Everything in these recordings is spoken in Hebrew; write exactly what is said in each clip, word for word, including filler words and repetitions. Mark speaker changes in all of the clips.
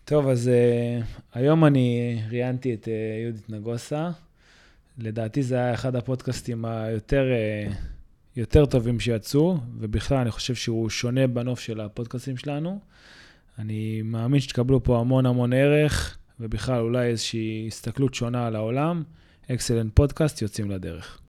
Speaker 1: טוב, אז uh, היום אני ראיינתי את uh, יהודית נגוסה. לדעתי זה היה אחד הפודקאסטים היותר uh, יותר טובים שיצאו, ובכלל אני חושב שהוא שונה בנוף של הפודקאסטים שלנו. אני מאמין שתקבלו פה המון המון ערך, ובכלל אולי איזושהי הסתכלות שונה על העולם. אקסלנט פודקאסט, יוצאים לדרך.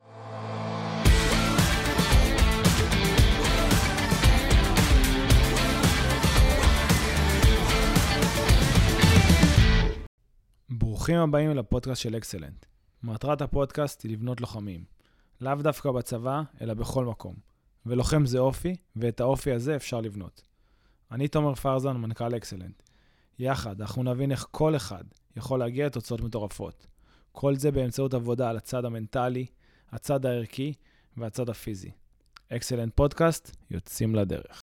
Speaker 1: ברוכים הבאים לפודקאסט של אקסלנט. מטרת הפודקאסט היא לבנות לוחמים. לאו דווקא בצבא, אלא בכל מקום. ולוחם זה אופי, ואת האופי הזה אפשר לבנות. אני תומר פרזן, מנכ"ל אקסלנט. יחד, אנחנו נבין איך כל אחד יכול להגיע לתוצאות מטורפות. כל זה באמצעות עבודה על הצד המנטלי, הצד הערכי והצד הפיזי. אקסלנט פודקאסט, יוצאים לדרך.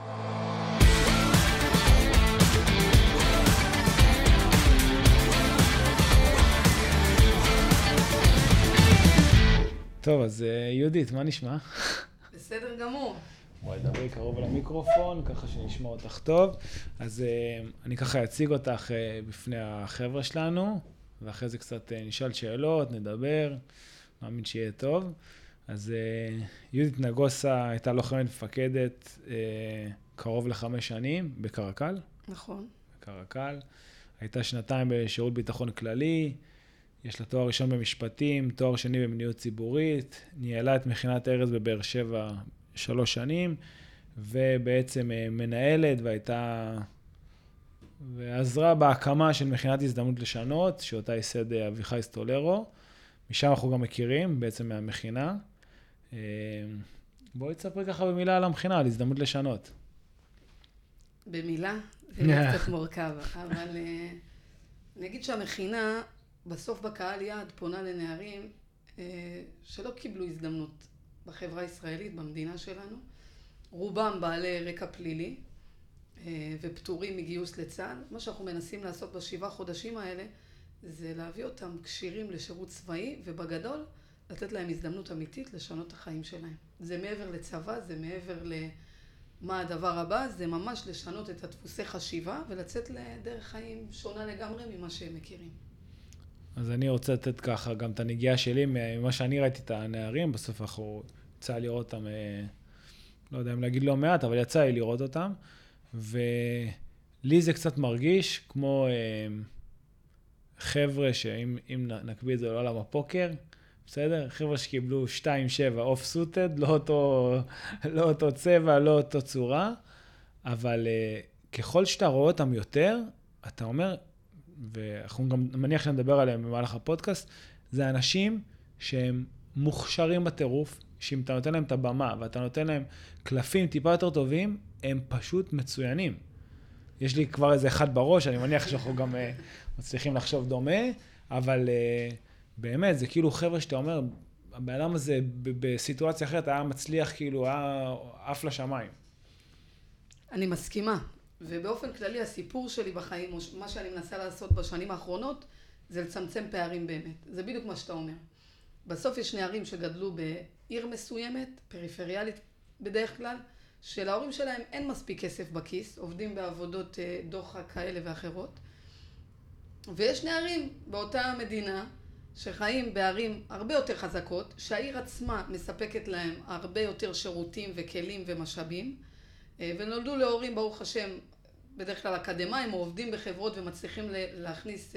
Speaker 1: טוב, אז יהודית, מה נשמע?
Speaker 2: בסדר גמור.
Speaker 1: בואי, דברי קרוב על המיקרופון, ככה שנשמע אותך טוב. אז אני ככה אציג אותך בפני החבר'ה שלנו, ואחרי זה קצת נשאל שאלות, נדבר, מאמין שיהיה טוב. אז יהודית נגוסה הייתה לוחמת מפקדת קרוב לחמש שנים בקרקל.
Speaker 2: נכון.
Speaker 1: בקרקל. הייתה שנתיים בשירות ביטחון כללי, יש לה תואר ראשון במשפטים, תואר שני במדיניות ציבורית, ניהלה את מכינת ארז בבאר שבע שלוש שנים, ובעצם מנהלת והייתה, ועזרה בהקמה של מכינת הזדמנות לשנות, שאותה ייסד אביחי סטולרו. משם אנחנו גם מכירים, בעצם מהמכינה. בואי תספרי ככה במילה על המכינה, על הזדמנות לשנות.
Speaker 2: במילה? זה יהיה קצת מורכב, אבל נגיד שהמכינה בסוף בקהל יעד פונה לנערים שלא קיבלו הזדמנות בחברה הישראלית, במדינה שלנו. רובם בעלי רקע פלילי ופטורים מגיוס לצה"ל. מה שאנחנו מנסים לעשות בשבעה חודשים האלה זה להביא אותם כשירים לשירות צבאי, ובגדול לתת להם הזדמנות אמיתית לשנות את החיים שלהם. זה מעבר לצבא, זה מעבר למה הדבר הבא, זה ממש לשנות את הדפוסי חשיבה ולצאת לדרך חיים שונה לגמרי ממה שהם מכירים.
Speaker 1: אז אני רוצה לתת ככה גם את הנגיעה שלי, ממה שאני ראיתי את הנערים, בסוף אנחנו יצא לראות אותם, לא יודע אם להגיד לא מעט, אבל יצא לי לראות אותם, ולי זה קצת מרגיש כמו חבר'ה שאם אם נקביא את זה לעולם הפוקר, בסדר? חבר'ה שקיבלו שתיים שבע אוף סוטד, לא אותו, לא אותו צבע, לא אותו צורה, אבל ככל שאתה רואה אותם יותר, אתה אומר, ואנחנו גם מניח שנדבר עליהם במהלך הפודקאסט, זה אנשים שהם מוכשרים בטירוף, שאם אתה נותן להם את הבמה ואתה נותן להם קלפים טיפה יותר טובים, הם פשוט מצוינים. יש לי כבר איזה אחד בראש, אני מניח שאנחנו גם מצליחים לחשוב דומה, אבל באמת זה כאילו חבר'ה שאתה אומר, הבעלם הזה בסיטואציה אחרת היה מצליח כאילו, היה אף לשמיים.
Speaker 2: אני מסכימה. ובאופן כללי הסיפור שלי בחיים, או מה שאני מנסה לעשות בשנים האחרונות, זה לצמצם פערים באמת. זה בדיוק מה שאתה אומר. בסוף יש נערים שגדלו בעיר מסוימת, פריפריאלית בדרך כלל, שלהורים שלהם אין מספיק כסף בכיס, עובדים בעבודות דוחק כאלה ואחרות. ויש נערים באותה מדינה שחיים בערים הרבה יותר חזקות, שהעיר עצמה מספקת להם הרבה יותר שירותים וכלים ומשאבים, ונולדו להורים, ברוך השם, בדרך כלל אקדמיים, או עובדים בחברות ומצליחים להכניס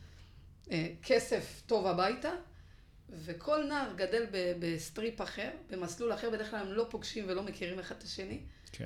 Speaker 2: כסף טוב הביתה, וכל נער גדל בסטריפ אחר, במסלול אחר, בדרך כלל הם לא פוגשים ולא מכירים אחד את השני.
Speaker 1: כן.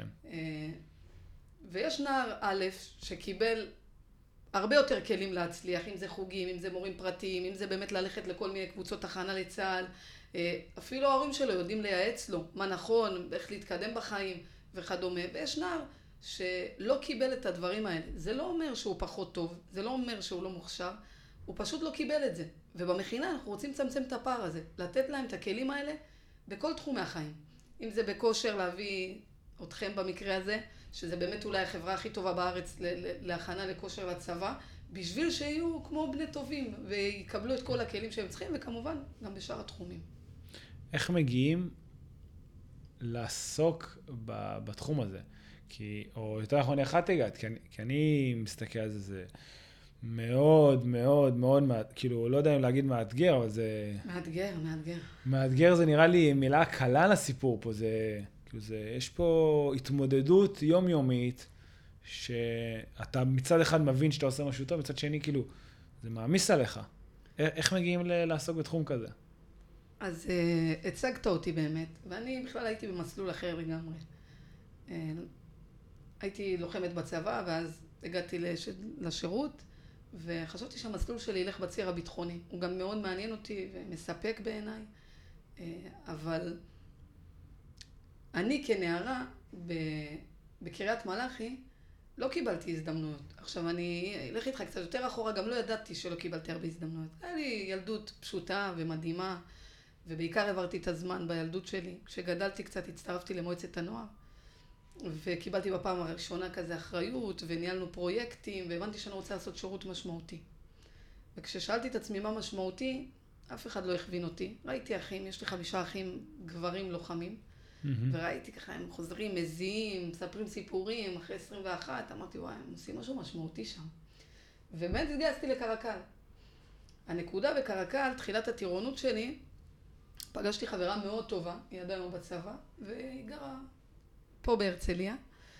Speaker 2: ויש נער א' שקיבל הרבה יותר כלים להצליח, אם זה חוגים, אם זה מורים פרטיים, אם זה באמת ללכת לכל מיני קבוצות הכנה לצה"ל, אפילו ההורים שלו יודעים לייעץ לו מה נכון, איך להתקדם בחיים וכדומה. ויש נער שלא קיבל את הדברים האלה. זה לא אומר שהוא פחות טוב, זה לא אומר שהוא לא מוכשר, הוא פשוט לא קיבל את זה. ובמכינה אנחנו רוצים לצמצם את הפער הזה, לתת להם את הכלים האלה בכל תחומי החיים. אם זה בכושר להביא אתכם במקרה הזה, שזה באמת אולי החברה הכי טובה בארץ להכנה לכושר לצבא, בשביל שיהיו כמו בני טובים ויקבלו את כל הכלים שהם צריכים, וכמובן גם בשאר התחומים.
Speaker 1: איך מגיעים לעסוק בתחום הזה? כי, או יותר נכון, איך את הגעת? כי אני, כי אני מסתכל על זה, זה מאוד, מאוד, מאוד, כאילו, לא יודע אם להגיד מאתגר, אבל זה...
Speaker 2: מאתגר, מאתגר.
Speaker 1: מאתגר זה נראה לי מילה קלה לסיפור פה, זה, כאילו, זה, יש פה התמודדות יומיומית, שאתה מצד אחד מבין שאתה עושה משהו טוב, מצד שני, כאילו, זה מעמיס עליך. איך מגיעים לעסוק בתחום כזה?
Speaker 2: אז uh, הצגת אותי באמת, ואני בכלל הייתי במסלול אחר לגמרי. Uh, הייתי לוחמת בצבא, ואז הגעתי לש... לשירות, וחשבתי שהמסלול שלי ילך בציר הביטחוני. הוא גם מאוד מעניין אותי ומספק בעיניי, uh, אבל אני כנערה ב... בקריית מלאכי לא קיבלתי הזדמנויות. עכשיו אני אלך איתך קצת יותר אחורה, גם לא ידעתי שלא קיבלתי הרבה הזדמנויות. היה לי ילדות פשוטה ומדהימה, ובעיקר העברתי את הזמן בילדות שלי. כשגדלתי קצת הצטרפתי למועצת הנוער, וקיבלתי בפעם הראשונה כזה אחריות, וניהלנו פרויקטים, והבנתי שאני רוצה לעשות שירות משמעותי. וכששאלתי את עצמי מה משמעותי, אף אחד לא הכווין אותי. ראיתי אחים, יש לי חמישה אחים גברים לוחמים, mm-hmm. וראיתי ככה, הם חוזרים, מזיעים, מספרים סיפורים, אחרי עשרים ואחת, אמרתי, וואי, הם עושים משהו משמעותי שם. ובאמת התגייסתי לקרקל. הנקודה בקרקל, תחילת הטירונות שלי, פגשתי חברה מאוד טובה, היא עדיין בצבא, והיא גרה פה בהרצליה,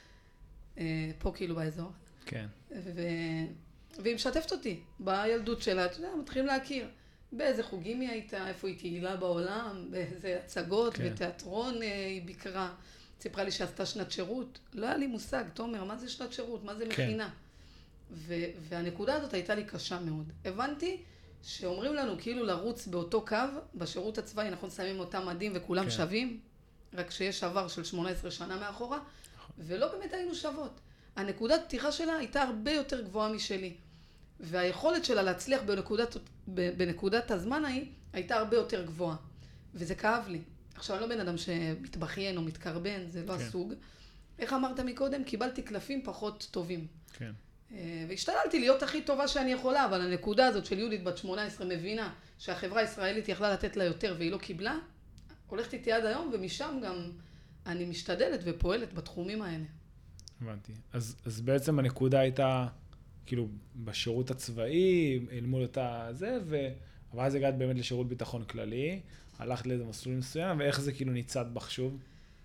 Speaker 2: פה כאילו באזור.
Speaker 1: כן.
Speaker 2: ו... והיא משתפת אותי בילדות שלה, אתה יודע, מתחילים להכיר. באיזה חוגים היא הייתה, איפה היא תהילה בעולם, באיזה הצגות כן. ותיאטרון היא ביקרה. סיפרה לי שעשתה שנת שירות. לא היה לי מושג, תומר, מה זה שנת שירות? מה זה מכינה? כן. ו... והנקודה הזאת הייתה לי קשה מאוד. הבנתי שאומרים לנו כאילו לרוץ באותו קו, בשירות הצבאי, אנחנו שמים אותם מדים וכולם כן. שווים, רק שיש עבר של שמונה עשרה שנה מאחורה, ולא באמת היינו שוות. הנקודת פתיחה שלה הייתה הרבה יותר גבוהה משלי. והיכולת שלה להצליח בנקודת, בנקודת הזמן ההיא, הייתה הרבה יותר גבוהה. וזה כאב לי. עכשיו, אני לא בן אדם שמתבכיין או מתקרבן, זה לא כן. הסוג. איך אמרת מקודם? קיבלתי קלפים פחות טובים.
Speaker 1: כן.
Speaker 2: והשתדלתי להיות הכי טובה שאני יכולה, אבל הנקודה הזאת של יהודית בת שמונה עשרה מבינה שהחברה הישראלית יכלה לתת לה יותר והיא לא קיבלה, הולכת איתי עד היום, ומשם גם אני משתדלת ופועלת בתחומים האלה.
Speaker 1: הבנתי. אז, אז בעצם הנקודה הייתה, כאילו, בשירות הצבאי, אל מול אותה זה, ו... אבל אז הגעת באמת לשירות ביטחון כללי, הלכת לאיזה מסלול מסוים, ואיך זה כאילו ניצד בך שוב?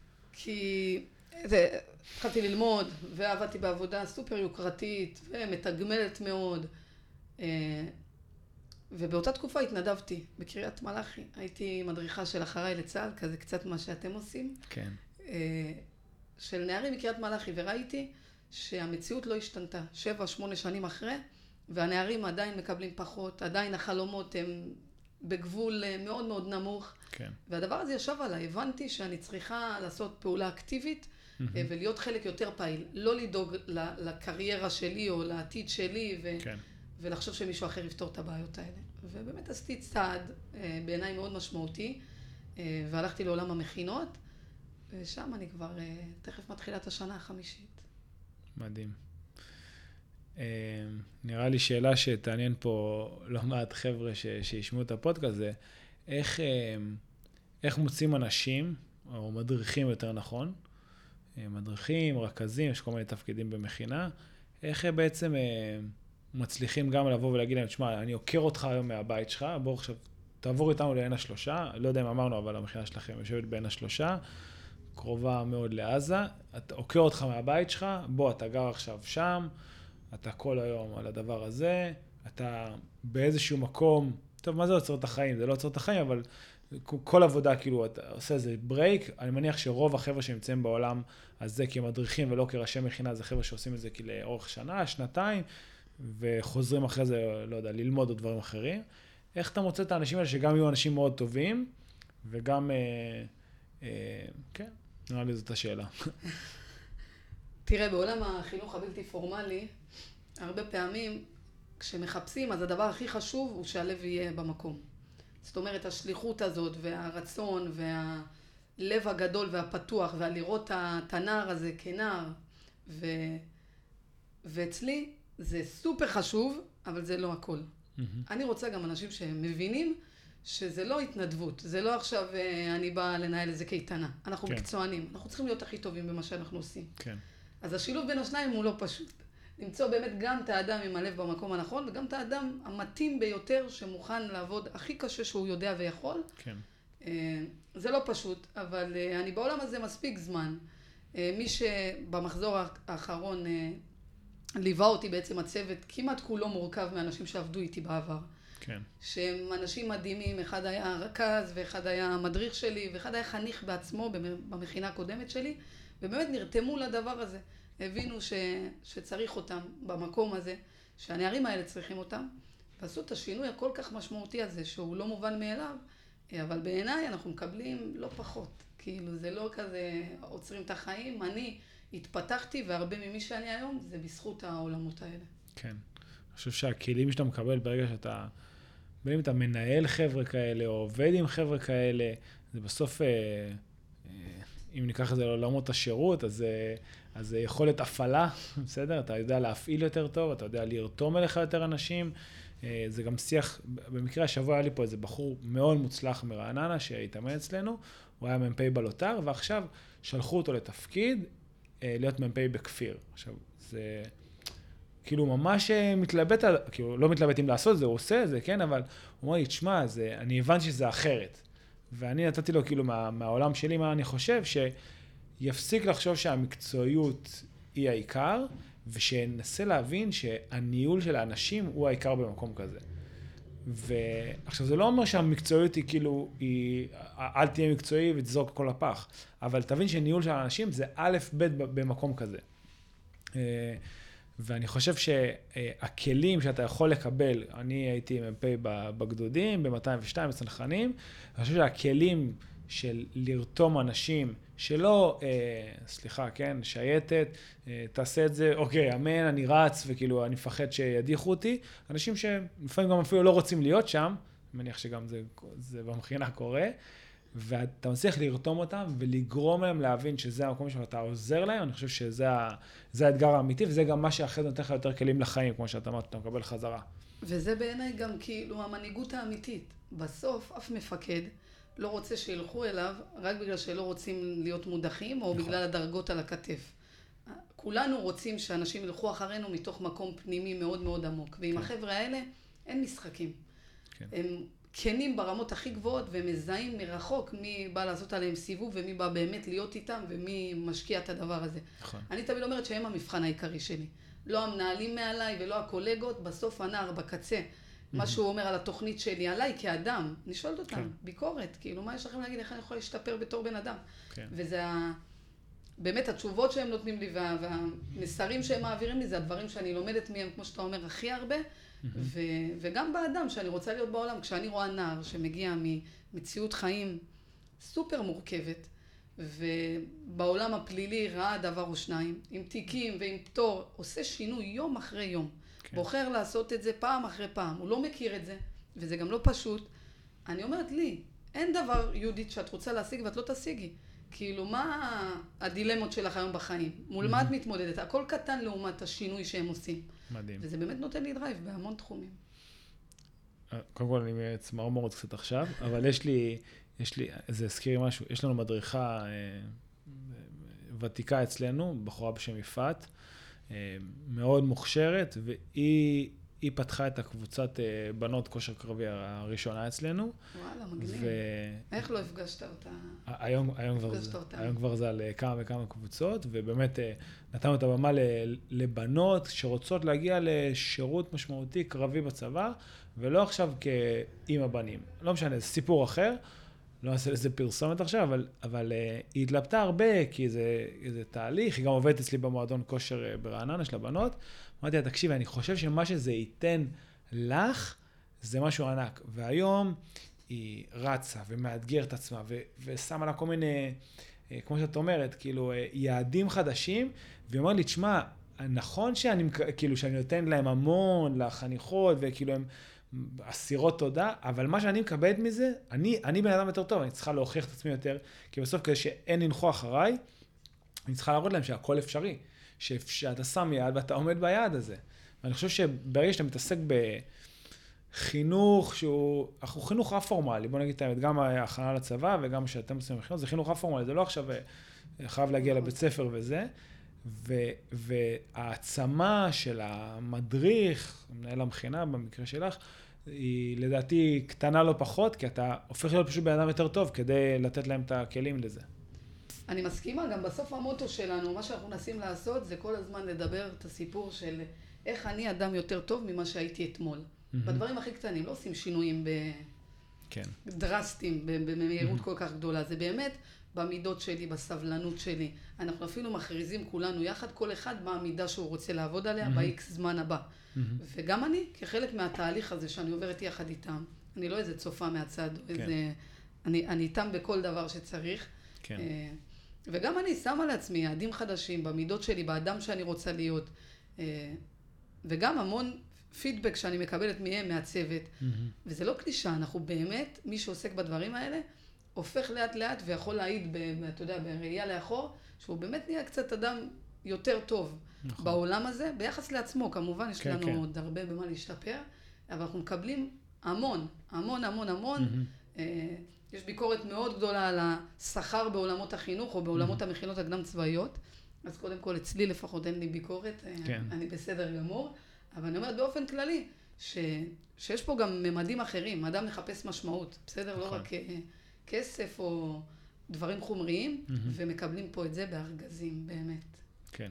Speaker 2: כי זה, התחלתי ללמוד, ועבדתי בעבודה סופר יוקרתית, ומתגמלת מאוד, ובאותה תקופה התנדבתי בקריית מלאכי. הייתי מדריכה של אחריי לצה"ל, כזה קצת מה שאתם עושים.
Speaker 1: כן.
Speaker 2: של נערים בקריית מלאכי, וראיתי שהמציאות לא השתנתה. שבע, שמונה שנים אחרי, והנערים עדיין מקבלים פחות, עדיין החלומות הם בגבול מאוד מאוד נמוך.
Speaker 1: כן.
Speaker 2: והדבר הזה ישב עליי, הבנתי שאני צריכה לעשות פעולה אקטיבית, mm-hmm. ולהיות חלק יותר פעיל. לא לדאוג לקריירה שלי או לעתיד שלי, ו... כן. ולחשוב שמישהו אחר יפתור את הבעיות האלה. ובאמת עשיתי צעד בעיניי מאוד משמעותי, והלכתי לעולם המכינות, ושם אני כבר תכף מתחילה את השנה החמישית.
Speaker 1: מדהים. נראה לי שאלה שתעניין פה לא מעט חבר'ה שישמעו את הפודקאסט הזה, איך, איך מוצאים אנשים, או מדריכים יותר נכון, מדריכים, רכזים, יש כל מיני תפקידים במכינה, איך בעצם מצליחים גם לבוא ולהגיד להם, תשמע, אני עוקר אותך היום מהבית שלך, בוא עכשיו תעבור איתנו לעין השלושה, לא יודע אם אמרנו, אבל המכינה שלכם יושבת בעין השלושה, קרובה מאוד לעזה, אתה עוקר אותך מהבית שלך, בוא, אתה גר עכשיו שם, אתה כל היום על הדבר הזה, אתה באיזשהו מקום, טוב, מה זה עוצר את החיים? זה לא עוצר את החיים, אבל כל עבודה, כאילו, אתה עושה איזה ברייק, אני מניח שרוב החבר'ה שנמצאים בעולם הזה כמדריכים ולא כראשי מכינה, זה חבר'ה שעושים את זה לאורך שנה, שנתיים, וחוזרים אחרי זה, לא יודע, ללמוד או דברים אחרים. איך אתה מוצא את האנשים האלה שגם יהיו אנשים מאוד טובים, וגם, אה, אה, כן, נראה לי זאת השאלה.
Speaker 2: תראה, בעולם החינוך הבלתי פורמלי, הרבה פעמים כשמחפשים, אז הדבר הכי חשוב הוא שהלב יהיה במקום. זאת אומרת, השליחות הזאת והרצון והלב הגדול והפתוח, והלראות את הנער הזה כנער, ו... ואצלי זה סופר חשוב, אבל זה לא הכל. Mm-hmm. אני רוצה גם אנשים שמבינים שזה לא התנדבות, זה לא עכשיו אני באה לנהל איזה קייטנה. אנחנו כן. מקצוענים, אנחנו צריכים להיות הכי טובים במה שאנחנו עושים.
Speaker 1: כן.
Speaker 2: אז השילוב בין השניים הוא לא פשוט. למצוא באמת גם את האדם עם הלב במקום הנכון, וגם את האדם המתאים ביותר שמוכן לעבוד הכי קשה שהוא יודע ויכול.
Speaker 1: כן.
Speaker 2: זה לא פשוט, אבל אני בעולם הזה מספיק זמן. מי שבמחזור האחרון ליווה אותי בעצם הצוות, כמעט כולו מורכב מאנשים שעבדו איתי בעבר.
Speaker 1: כן.
Speaker 2: שהם אנשים מדהימים, אחד היה רכז ואחד היה מדריך שלי, ואחד היה חניך בעצמו במכינה הקודמת שלי, ובאמת נרתמו לדבר הזה. הבינו ש, שצריך אותם במקום הזה, שהנערים האלה צריכים אותם, ועשו את השינוי הכל כך משמעותי הזה, שהוא לא מובן מאליו, אבל בעיניי אנחנו מקבלים לא פחות. כאילו זה לא כזה עוצרים את החיים, אני התפתחתי, והרבה ממי שאני היום, זה בזכות העולמות האלה.
Speaker 1: כן. אני חושב שהכלים שאתה מקבל ברגע שאתה, בין אם אתה מנהל חבר'ה כאלה, או עובד עם חבר'ה כאלה, זה בסוף, אם ניקח את זה לעולמות השירות, אז אז זה יכולת הפעלה, בסדר? אתה יודע להפעיל יותר טוב, אתה יודע לרתום אליך יותר אנשים. זה גם שיח, במקרה השבוע היה לי פה איזה בחור מאוד מוצלח מרעננה שהתאמן אצלנו, הוא היה מ"פ בלוטר, ועכשיו שלחו אותו לתפקיד להיות מ"פ בכפיר. עכשיו, זה כאילו ממש מתלבט, כאילו לא מתלבט אם לעשות זה, הוא עושה זה, כן? אבל הוא אומר לי, תשמע, זה, אני הבנתי שזה אחרת. ואני נתתי לו כאילו מה, מהעולם שלי, מה אני חושב, שיפסיק לחשוב שהמקצועיות היא העיקר, ושנסה להבין שהניהול של האנשים הוא העיקר במקום כזה. ועכשיו זה לא אומר שהמקצועיות היא כאילו, היא, אל תהיה מקצועי ותזרוק כל הפח, אבל תבין שניהול של האנשים זה א' ב' במקום כזה. ואני חושב שהכלים שאתה יכול לקבל, אני הייתי מ"פ בגדודים, ב-מאתיים ושתיים בצנחנים, אני חושב שהכלים של לרתום אנשים שלא, אה, סליחה, כן, שייטת, אה, תעשה את זה, אוקיי, אמן, אני רץ וכאילו אני מפחד שידיחו אותי, אנשים שלפעמים גם אפילו לא רוצים להיות שם, אני מניח שגם זה, זה במכינה קורה, ואתה מצליח לרתום אותם ולגרום להם להבין שזה המקום שאתה עוזר להם, אני חושב שזה זה האתגר האמיתי, וזה גם מה שאחרי זה נותן לך יותר כלים לחיים, כמו שאתה אמרת, אתה מקבל חזרה.
Speaker 2: וזה בעיניי גם כאילו המנהיגות האמיתית. בסוף אף מפקד לא רוצה שילכו אליו רק בגלל שלא רוצים להיות מודחים, או נכון. בגלל הדרגות על הכתף. כולנו רוצים שאנשים ילכו אחרינו מתוך מקום פנימי מאוד מאוד עמוק, ועם כן. החבר'ה האלה אין משחקים. כן. הם כנים ברמות הכי גבוהות, והם מזהים מרחוק מי בא לעשות עליהם סיבוב, ומי בא באמת להיות איתם, ומי משקיע את הדבר הזה. נכון. אני תמיד אומרת שהם המבחן העיקרי שלי. לא המנהלים מעליי ולא הקולגות, בסוף הנער בקצה. מה שהוא אומר על התוכנית שלי, עליי כאדם, אני שואלת אותם, כן. ביקורת, כאילו מה יש לכם להגיד, איך אני יכולה להשתפר בתור בן אדם? כן. וזה ה... באמת התשובות שהם נותנים לי, וה... והמסרים שהם מעבירים לי, זה הדברים שאני לומדת מהם, כמו שאתה אומר, הכי הרבה, ו... וגם באדם שאני רוצה להיות בעולם, כשאני רואה נער שמגיע ממציאות חיים סופר מורכבת, ובעולם הפלילי ראה דבר או שניים, עם תיקים ועם פטור, עושה שינוי יום אחרי יום. כן. בוחר לעשות את זה פעם אחרי פעם, הוא לא מכיר את זה, וזה גם לא פשוט. אני אומרת לי, אין דבר יהודית שאת רוצה להשיג ואת לא תשיגי. כאילו, מה הדילמות שלך היום בחיים? מול מה את מתמודדת? הכל קטן לעומת השינוי שהם עושים. מדהים. וזה באמת נותן לי דרייב בהמון תחומים.
Speaker 1: קודם כל, אני צמרמורת קצת עכשיו, אבל יש לי, יש לי, זה הזכיר משהו, יש לנו מדריכה ותיקה אצלנו, בחורה בשם יפעת, מאוד מוכשרת, והיא היא פתחה את הקבוצת בנות כושר קרבי הראשונה אצלנו.
Speaker 2: וואלה, מגניב. ו... איך לא הפגשת אותה?
Speaker 1: היום, היום, כבר זה, היום כבר זה על כמה וכמה קבוצות, ובאמת נתנו את הבמה לבנות שרוצות להגיע לשירות משמעותי קרבי בצבא, ולא עכשיו כאימא בנים. לא משנה, זה סיפור אחר, לא נעשה לזה פרסומת עכשיו, אבל, אבל uh, היא התלבטה הרבה, כי זה, זה תהליך, היא גם עובדת אצלי במועדון כושר ברעננה של הבנות. אמרתי לה, תקשיבי, אני חושב שמה שזה ייתן לך, זה משהו ענק. והיום היא רצה ומאתגרת את עצמה, ו- ושמה לה כל מיני, uh, כמו שאת אומרת, כאילו, uh, יעדים חדשים, והיא אומרת לי, תשמע, נכון שאני, כאילו, שאני נותן להם המון לחניכות, וכאילו הם, אסירות תודה, אבל מה שאני מקבלת מזה, אני, אני בן אדם יותר טוב, אני צריכה להוכיח את עצמי יותר, כי בסוף כדי שאין לנחו אחריי, אני צריכה להראות להם שהכל אפשרי, שאתה שם יד ואתה עומד ביעד הזה. ואני חושב שברגע שאתה מתעסק בחינוך שהוא, הוא חינוך אפורמלי, בוא נגיד את האמת, גם ההכנה לצבא וגם שאתם עושים בחינוך, זה חינוך אפורמלי, זה לא עכשיו חייב להגיע לבית ספר וזה, ו- והעצמה של המדריך, מנהל המכינה במקרה שלך, היא לדעתי קטנה לא פחות, כי אתה הופך להיות פשוט בן אדם יותר טוב כדי לתת להם את הכלים לזה.
Speaker 2: אני מסכימה, גם בסוף המוטו שלנו, מה שאנחנו מנסים לעשות זה כל הזמן לדבר את הסיפור של איך אני אדם יותר טוב ממה שהייתי אתמול. Mm-hmm. בדברים הכי קטנים, לא עושים שינויים ב... כן. דרסטיים, במהירות mm-hmm. כל כך גדולה. זה באמת במידות שלי, בסבלנות שלי. אנחנו אפילו מכריזים כולנו יחד, כל אחד מה המידה שהוא רוצה לעבוד עליה, mm-hmm. ב-X זמן הבא. Mm-hmm. וגם אני, כחלק מהתהליך הזה שאני עוברת יחד איתם, אני לא איזה צופה מהצד, כן. איזה... אני, אני איתם בכל דבר שצריך. כן. וגם אני שמה לעצמי יעדים חדשים במידות שלי, באדם שאני רוצה להיות. וגם המון פידבק שאני מקבלת מהם, מהצוות. Mm-hmm. וזה לא קלישה, אנחנו באמת, מי שעוסק בדברים האלה, הופך לאט לאט ויכול להעיד, ב, אתה יודע, בראייה לאחור, שהוא באמת נהיה קצת אדם יותר טוב נכון. בעולם הזה, ביחס לעצמו. כמובן, יש כן, לנו כן. עוד הרבה במה להשתפר, אבל אנחנו מקבלים המון, המון, המון, המון. Mm-hmm. אה, יש ביקורת מאוד גדולה על השכר בעולמות החינוך, או בעולמות mm-hmm. המכינות הקדם צבאיות. אז קודם כל, אצלי לפחות אין לי ביקורת, כן. אני בסדר גמור. אבל אני אומרת באופן כללי, ש, שיש פה גם ממדים אחרים. אדם מחפש משמעות, בסדר? נכון. לא רק כסף או דברים חומריים, mm-hmm. ומקבלים פה את זה בארגזים, באמת.
Speaker 1: כן.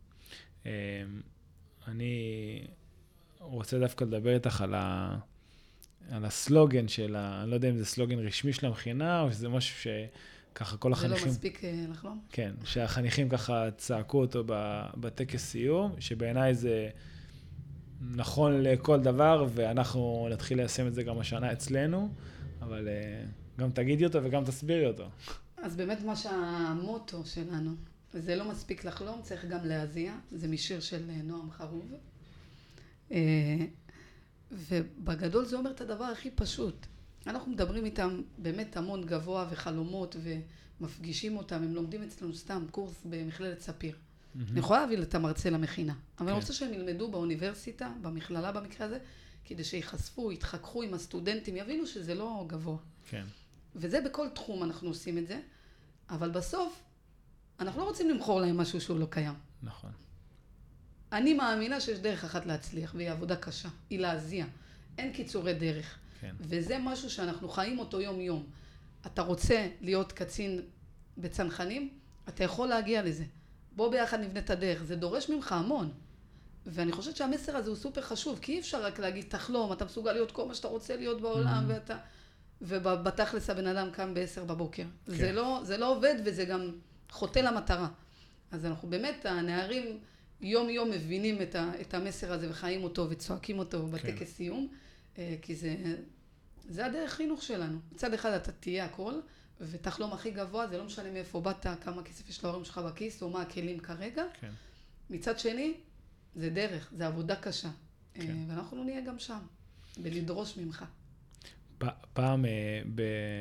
Speaker 1: אני רוצה דווקא לדבר איתך על ה... על הסלוגן של ה... אני לא יודע אם זה סלוגן רשמי של המכינה, או שזה משהו שככה כל החניכים...
Speaker 2: זה לא מספיק לחלום?
Speaker 1: כן, שהחניכים ככה צעקו אותו בטקס סיום, שבעיניי זה נכון לכל דבר, ואנחנו נתחיל ליישם את זה גם השנה אצלנו, אבל גם תגידי אותו וגם תסבירי אותו.
Speaker 2: אז באמת מה שהמוטו שלנו, זה לא מספיק לחלום, צריך גם להזיע, זה משיר של נועם חרוב. ובגדול זה אומר את הדבר הכי פשוט. אנחנו מדברים איתם באמת המון גבוה וחלומות ומפגישים אותם, הם לומדים אצלנו סתם קורס במכללת ספיר. Mm-hmm. אני יכולה להביא את המרצה למכינה, אבל כן. אני רוצה שהם ילמדו באוניברסיטה, במכללה במקרה הזה, כדי שיחשפו, יתחככו עם הסטודנטים, יבינו שזה לא גבוה. כן. וזה בכל תחום אנחנו עושים את זה, אבל בסוף אנחנו לא רוצים למכור להם משהו שהוא לא קיים.
Speaker 1: נכון.
Speaker 2: אני מאמינה שיש דרך אחת להצליח, והיא עבודה קשה, היא להזיע. אין קיצורי דרך. כן. וזה משהו שאנחנו חיים אותו יום יום. אתה רוצה להיות קצין בצנחנים, אתה יכול להגיע לזה. בוא ביחד נבנה את הדרך, זה דורש ממך המון. ואני חושבת שהמסר הזה הוא סופר חשוב, כי אי אפשר רק להגיד תחלום, אתה מסוגל להיות כל מה שאתה רוצה להיות בעולם, mm-hmm. ואתה... ובתכלס הבן אדם קם בעשר בבוקר. כן. זה לא, זה לא עובד וזה גם חוטא למטרה. אז אנחנו באמת, הנערים יום יום מבינים את, ה, את המסר הזה וחיים אותו וצועקים אותו בטקס כן. סיום, כי זה, זה הדרך חינוך שלנו. מצד אחד אתה תהיה הכל, ותחלום הכי גבוה, זה לא משנה מאיפה באת, כמה כסף יש להורים שלך בכיס, או מה הכלים כרגע. כן. מצד שני, זה דרך, זה עבודה קשה. כן. ואנחנו נהיה גם שם, בלדרוש ממך.
Speaker 1: פעם, ב...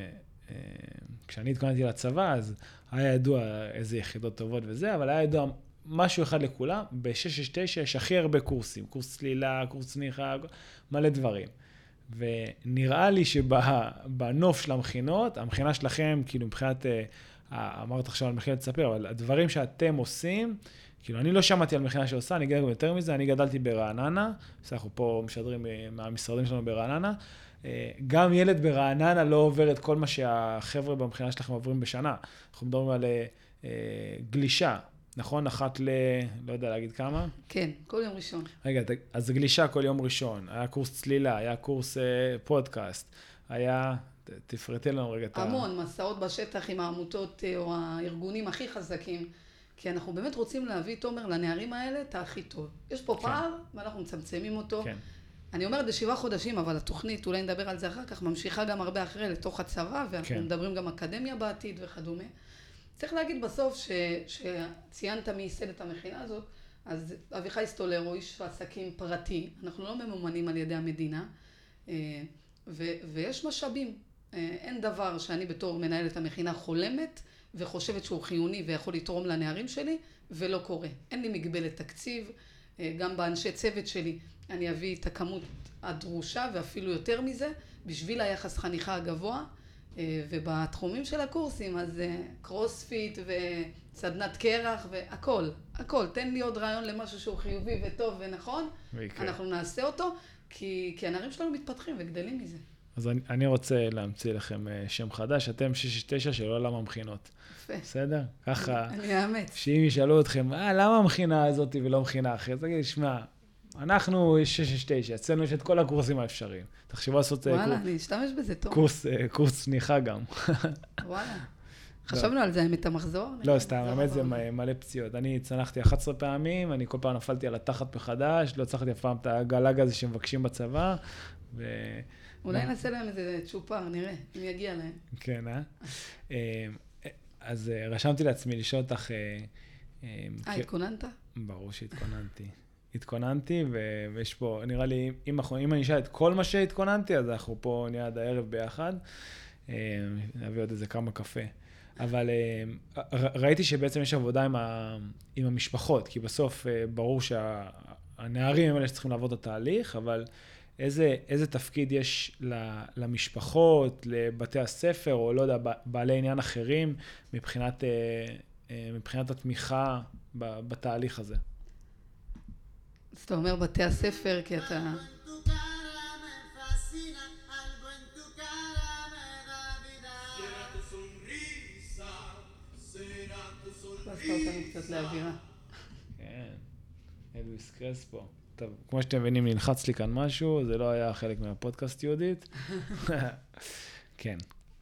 Speaker 1: כשאני התכוננתי לצבא, אז היה ידוע איזה יחידות טובות וזה, אבל היה ידוע משהו אחד לכולם, ב-שש שש תשע יש הכי הרבה קורסים, קורס צלילה, קורס צניחה, מלא דברים. ונראה לי שבנוף של המכינות, המכינה שלכם, כאילו מבחינת, אמרת עכשיו על מכינת ספיר, אבל הדברים שאתם עושים, כאילו אני לא שמעתי על מכינה שעושה, אני גדלתי יותר מזה, אני גדלתי ברעננה, אנחנו פה משדרים מהמשרדים שלנו ברעננה, גם ילד ברעננה לא עובר את כל מה שהחבר'ה במכינה שלכם עוברים בשנה. אנחנו מדברים על גלישה, נכון? אחת ל... לא יודע להגיד כמה?
Speaker 2: כן, כל יום ראשון.
Speaker 1: רגע, אז גלישה כל יום ראשון. היה קורס צלילה, היה קורס פודקאסט, היה... תפרטי לנו רגע את ה...
Speaker 2: המון, מסעות בשטח עם העמותות או הארגונים הכי חזקים, כי אנחנו באמת רוצים להביא, תומר, לנערים האלה את הכי טוב. יש פה פער, ואנחנו מצמצמים אותו. כן. אני אומרת בשבעה חודשים, אבל התוכנית, אולי נדבר על זה אחר כך, ממשיכה גם הרבה אחרי לתוך הצבא, ואנחנו כן. מדברים גם אקדמיה בעתיד וכדומה. צריך להגיד בסוף ש, שציינת מי ייסד את המכינה הזאת, אז אביחי סטולרו, איש עסקים פרטי, אנחנו לא ממומנים על ידי המדינה, ו, ויש משאבים. אין דבר שאני בתור מנהלת המכינה חולמת, וחושבת שהוא חיוני ויכול לתרום לנערים שלי, ולא קורה. אין לי מגבלת תקציב, גם באנשי צוות שלי, אני אביא את הכמות הדרושה, ואפילו יותר מזה, בשביל היחס חניכה הגבוה, ובתחומים של הקורסים, אז קרוספיט וסדנת קרח והכל, הכל. תן לי עוד רעיון למשהו שהוא חיובי וטוב ונכון, אנחנו נעשה אותו, כי, כי הנערים שלנו מתפתחים וגדלים מזה.
Speaker 1: אז אני, אני רוצה להמציא לכם שם חדש, אתם שש שש תשע של עולם המכינות.
Speaker 2: יפה.
Speaker 1: בסדר? ככה,
Speaker 2: אני אאמץ.
Speaker 1: שאם ישאלו אתכם, אה, למה המכינה הזאת ולא מכינה אחרת? תגיד, שמע, אנחנו שש שש תשע, אצלנו יש את כל הקורסים האפשריים. תחשבו לעשות
Speaker 2: וואלה, קורס, אני אשתמש בזה טוב.
Speaker 1: קורס, קורס צניחה גם.
Speaker 2: וואלה. חשבנו על זה, האמת המחזור?
Speaker 1: לא, סתם, האמת זה מלא פציעות. אני צנחתי אחת עשרה פעמים, אני כל פעם נפלתי על התחת מחדש, לא צחתי אף פעם את הגלג הזה שמבקשים בצבא.
Speaker 2: אולי נעשה להם איזה צ'ופר, נראה, אם יגיע להם.
Speaker 1: כן, אה? אז רשמתי לעצמי לשאול אותך...
Speaker 2: אה, התכוננת?
Speaker 1: ברור שהתכוננתי. התכוננתי, ויש פה, נראה לי, אם, אם אני אשאל את כל מה שהתכוננתי, אז אנחנו פה נהיה עד הערב ביחד. נביא עוד איזה כמה קפה. אבל ראיתי שבעצם יש עבודה עם, ה, עם המשפחות, כי בסוף ברור שהנערים הם אלה שצריכים לעבוד את התהליך, אבל איזה, איזה תפקיד יש למשפחות, לבתי הספר, או לא יודע, בעלי עניין אחרים, מבחינת, מבחינת התמיכה בתהליך הזה.
Speaker 2: אז אתה אומר בתי הספר, כי אתה... עשתה אותנו קצת לאווירה.
Speaker 1: כן, אלוויס קרספו. טוב, כמו שאתם מבינים, נלחץ לי כאן משהו, זה לא היה חלק מהפודקאסט יהודית. כן.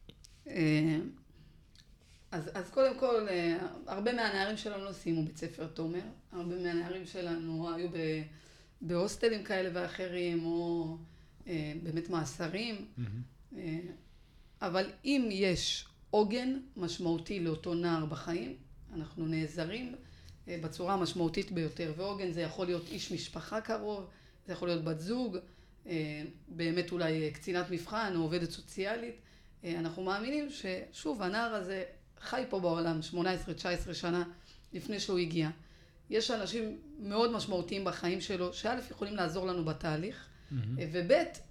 Speaker 2: אז, אז קודם כל, הרבה מהנערים שלנו לא סיימו בית ספר תומר, הרבה מהנערים שלנו היו ב, בהוסטלים כאלה ואחרים, או אה, באמת מאסרים, mm-hmm. אה, אבל אם יש עוגן משמעותי לאותו נער בחיים, אנחנו נעזרים אה, בצורה המשמעותית ביותר, ועוגן זה יכול להיות איש משפחה קרוב, זה יכול להיות בת זוג, אה, באמת אולי קצינת מבחן או עובדת סוציאלית, אה, אנחנו מאמינים ששוב, הנער הזה חי פה בעולם שמונה עשרה תשע עשרה שנה לפני שהוא הגיע. יש אנשים מאוד משמעותיים בחיים שלו, שא' יכולים לעזור לנו בתהליך, mm-hmm. וב'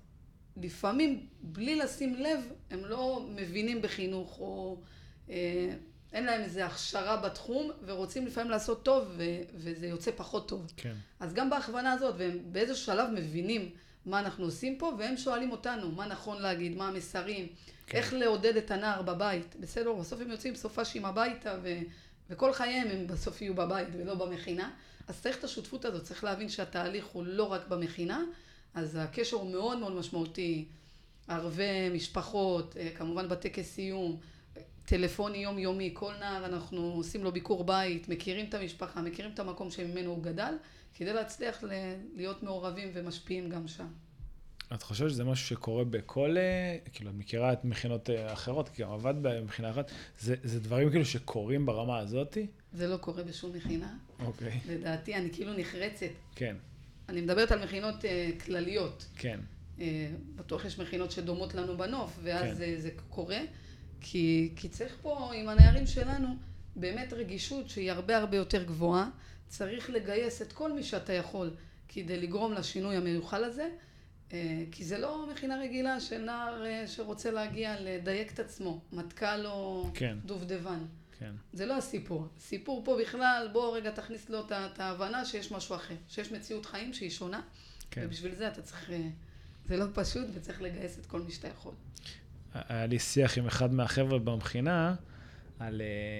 Speaker 2: לפעמים בלי לשים לב, הם לא מבינים בחינוך, או אה, אין להם איזו הכשרה בתחום, ורוצים לפעמים לעשות טוב, ו- וזה יוצא פחות טוב.
Speaker 1: כן.
Speaker 2: אז גם בהכוונה הזאת, והם באיזה שלב מבינים מה אנחנו עושים פה, והם שואלים אותנו, מה נכון להגיד, מה המסרים, כן. איך לעודד את הנער בבית. בסדר, בסוף הם יוצאים סופ"שים הביתה, ו... וכל חייהם הם בסוף יהיו בבית ולא במכינה. אז צריך את השותפות הזאת, צריך להבין שהתהליך הוא לא רק במכינה, אז הקשר הוא מאוד מאוד משמעותי. ערבי משפחות, כמובן בטקס סיום, טלפוני יומיומי, כל נער אנחנו עושים לו ביקור בית, מכירים את המשפחה, מכירים את המקום שממנו הוא גדל, כדי להצליח להיות מעורבים ומשפיעים גם שם.
Speaker 1: את חושבת שזה משהו שקורה בכל, כאילו, את מכירה את מכינות אחרות, כי גם עבד במכינה אחת, זה, זה דברים כאילו שקורים ברמה הזאת?
Speaker 2: זה לא קורה בשום מכינה.
Speaker 1: אוקיי.
Speaker 2: לדעתי, אני כאילו נחרצת.
Speaker 1: כן.
Speaker 2: אני מדברת על מכינות uh, כלליות.
Speaker 1: כן.
Speaker 2: Uh, בטוח יש מכינות שדומות לנו בנוף, ואז כן. זה, זה קורה. כי, כי צריך פה, עם הנערים שלנו, באמת רגישות שהיא הרבה הרבה יותר גבוהה. צריך לגייס את כל מי שאתה יכול, כדי לגרום לשינוי המיוחל הזה. כי זה לא מכינה רגילה של נער שרוצה להגיע לדייק את עצמו, מטכ"ל או כן. דובדבן.
Speaker 1: כן. זה
Speaker 2: לא הסיפור. סיפור פה בכלל, בוא רגע תכניס לו את ההבנה שיש משהו אחר, שיש מציאות חיים שהיא שונה, כן. ובשביל זה אתה צריך, זה לא פשוט וצריך לגייס את כל מי שאתה יכול.
Speaker 1: היה לי שיח עם אחד מהחבר'ה במכינה, על,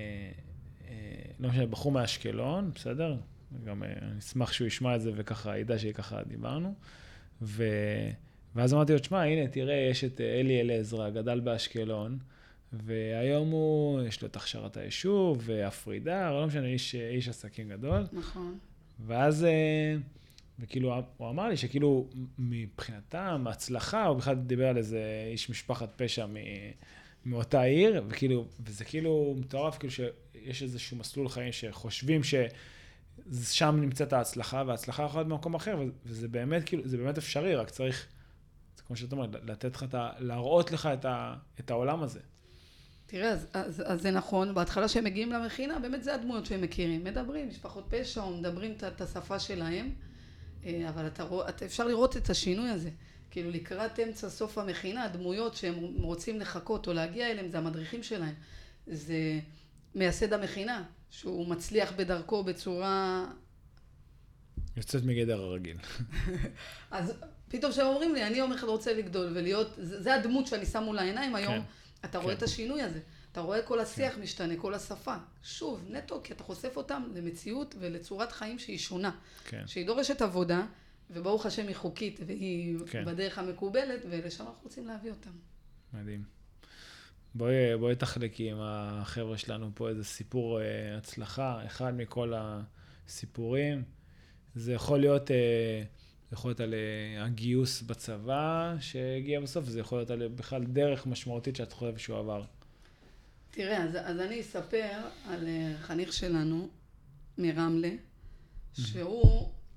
Speaker 1: לא משנה, בחור מאשקלון, בסדר? גם אני אשמח שהוא ישמע את זה וככה ידע שככה דיברנו. ו... ואז אמרתי לו, תשמע, הנה, תראה, יש את אלי אלעזרא, גדל באשקלון, והיום הוא, יש לו את הכשרת היישוב, והפרידה, לא משנה, איש, איש עסקים גדול.
Speaker 2: נכון.
Speaker 1: ואז, וכאילו, הוא אמר לי שכאילו, מבחינתם, הצלחה, הוא בכלל דיבר על איזה איש משפחת פשע מ... מאותה עיר, וכאילו, וזה כאילו מטורף, כאילו שיש איזשהו מסלול חיים שחושבים ש... שם נמצאת ההצלחה, וההצלחה יכולה להיות במקום אחר, וזה באמת, כאילו, זה באמת אפשרי, רק צריך, זה כמו שאתה אומר, לתת לך את ה... להראות לך את, ה, את העולם הזה.
Speaker 2: תראה, אז, אז, אז זה נכון, בהתחלה שהם מגיעים למכינה, באמת זה הדמויות שהם מכירים, מדברים, משפחות פשע, או מדברים את, את השפה שלהם, אבל אתה, אתה, אפשר לראות את השינוי הזה, כאילו לקראת אמצע סוף המכינה, הדמויות שהם רוצים לחכות או להגיע אליהם, זה המדריכים שלהם. זה מייסד המכינה, שהוא מצליח בדרכו בצורה...
Speaker 1: יוצאת מגדר הרגיל.
Speaker 2: אז פתאום שהם אומרים לי, אני יום אחד רוצה לגדול ולהיות, זה הדמות שאני שם מול העיניים היום, כן. אתה רואה כן. את השינוי הזה. אתה רואה כל השיח כן. משתנה, כל השפה. שוב, נטו, כי אתה חושף אותם למציאות ולצורת חיים שהיא שונה. כן. שהיא דורשת עבודה, וברוך השם היא חוקית, והיא כן. בדרך המקובלת, ולשם אנחנו רוצים להביא אותם.
Speaker 1: מדהים. בואי, בואי תחלקי עם החבר'ה שלנו פה איזה סיפור אה, הצלחה, אחד מכל הסיפורים. זה יכול להיות, אה, זה יכול להיות על אה, הגיוס בצבא שהגיע בסוף, זה יכול להיות על בכלל דרך משמעותית שאת חושבת שהוא עבר.
Speaker 2: תראה, אז, אז אני אספר על uh, חניך שלנו מרמלה, שהוא, uh,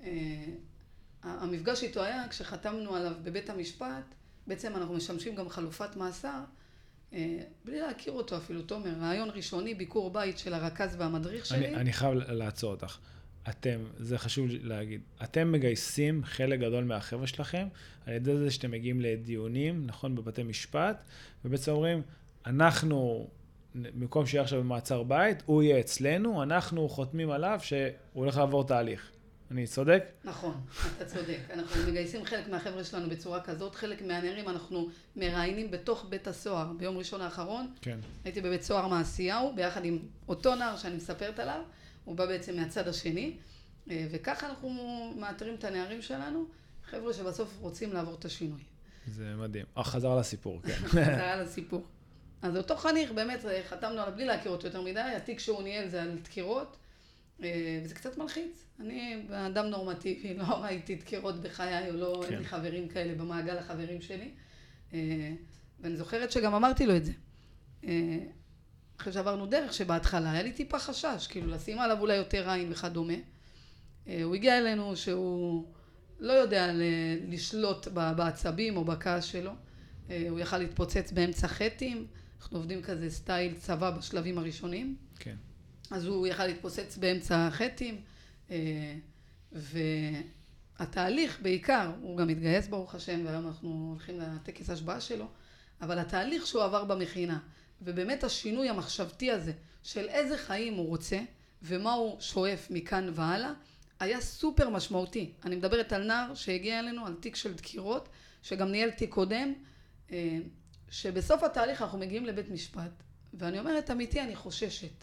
Speaker 2: המפגש איתו היה כשחתמנו עליו בבית המשפט, בעצם אנחנו משמשים גם חלופת מאסר, uh, בלי להכיר אותו אפילו, תומר, רעיון ראשוני, ביקור בית של הרכז והמדריך שלי.
Speaker 1: אני, אני חייב לעצור אותך. אתם, זה חשוב להגיד, אתם מגייסים חלק גדול מהחבר'ה שלכם, על ידי זה שאתם מגיעים לדיונים, נכון, בבתי משפט, ובעצם אומרים, אנחנו... במקום שיהיה עכשיו במעצר בית, הוא יהיה אצלנו, אנחנו חותמים עליו שהוא הולך לעבור תהליך. אני צודק?
Speaker 2: נכון, אתה צודק. אנחנו מגייסים חלק מהחבר'ה שלנו בצורה כזאת, חלק מהנערים אנחנו מראיינים בתוך בית הסוהר. ביום ראשון האחרון, כן. הייתי בבית סוהר מעשיהו, ביחד עם אותו נער שאני מספרת עליו, הוא בא בעצם מהצד השני, וככה אנחנו מאתרים את הנערים שלנו, חבר'ה שבסוף רוצים לעבור את השינוי.
Speaker 1: זה מדהים. חזר לסיפור, כן.
Speaker 2: חזר לסיפור. אז אותו חניך, באמת חתמנו עליו בלי להכיר אותו יותר מדי, התיק שהוא ניהל זה על דקירות, וזה קצת מלחיץ. אני אדם נורמטיבי, לא ראיתי דקירות בחיי, או לא, כן. אין לי חברים כאלה במעגל החברים שלי, ואני זוכרת שגם אמרתי לו את זה. אחרי שעברנו דרך שבהתחלה, היה לי טיפה חשש, כאילו לשים עליו אולי יותר עין וכדומה. הוא הגיע אלינו שהוא לא יודע לשלוט בעצבים או בכעס שלו, הוא יכל להתפוצץ באמצע חטים, אנחנו עובדים כזה סטייל צבא בשלבים הראשונים. כן. אז הוא יכל להתפוצץ באמצע החטים, והתהליך בעיקר, הוא גם התגייס ברוך השם, והיום אנחנו הולכים לטקס השבעה שלו, אבל התהליך שהוא עבר במכינה, ובאמת השינוי המחשבתי הזה, של איזה חיים הוא רוצה, ומה הוא שואף מכאן והלאה, היה סופר משמעותי. אני מדברת על נער שהגיע אלינו, על תיק של דקירות, שגם ניהל תיק קודם, שבסוף התהליך אנחנו מגיעים לבית משפט, ואני אומרת, אמיתי, אני חוששת.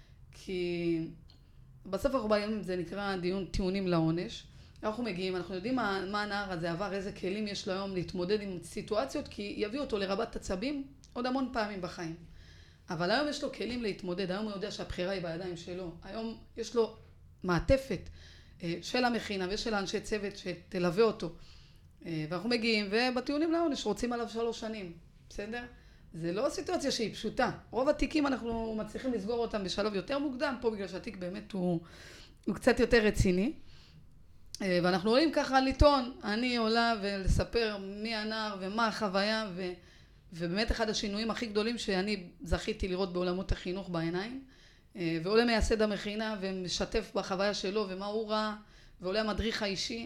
Speaker 2: כי בסוף אנחנו באים, זה נקרא דיון טיעונים לעונש. אנחנו מגיעים, אנחנו יודעים מה, מה הנער הזה עבר, איזה כלים יש לו היום להתמודד עם סיטואציות, כי יביאו אותו לרבת עצבים עוד המון פעמים בחיים. אבל היום יש לו כלים להתמודד, היום הוא יודע שהבחירה היא בידיים שלו. היום יש לו מעטפת של המכינה ושל האנשי צוות שתלווה אותו. ואנחנו מגיעים, ובטיעונים לעונש רוצים עליו שלוש שנים, בסדר? זה לא סיטואציה שהיא פשוטה. רוב התיקים אנחנו מצליחים לסגור אותם בשלב יותר מוקדם, פה בגלל שהתיק באמת הוא, הוא קצת יותר רציני. ואנחנו עולים ככה לטעון, אני עולה ולספר מי הנער ומה החוויה, ו, ובאמת אחד השינויים הכי גדולים שאני זכיתי לראות בעולמות החינוך בעיניים, ועולה מייסד המכינה ומשתף בחוויה שלו ומה הוא ראה, ועולה המדריך האישי,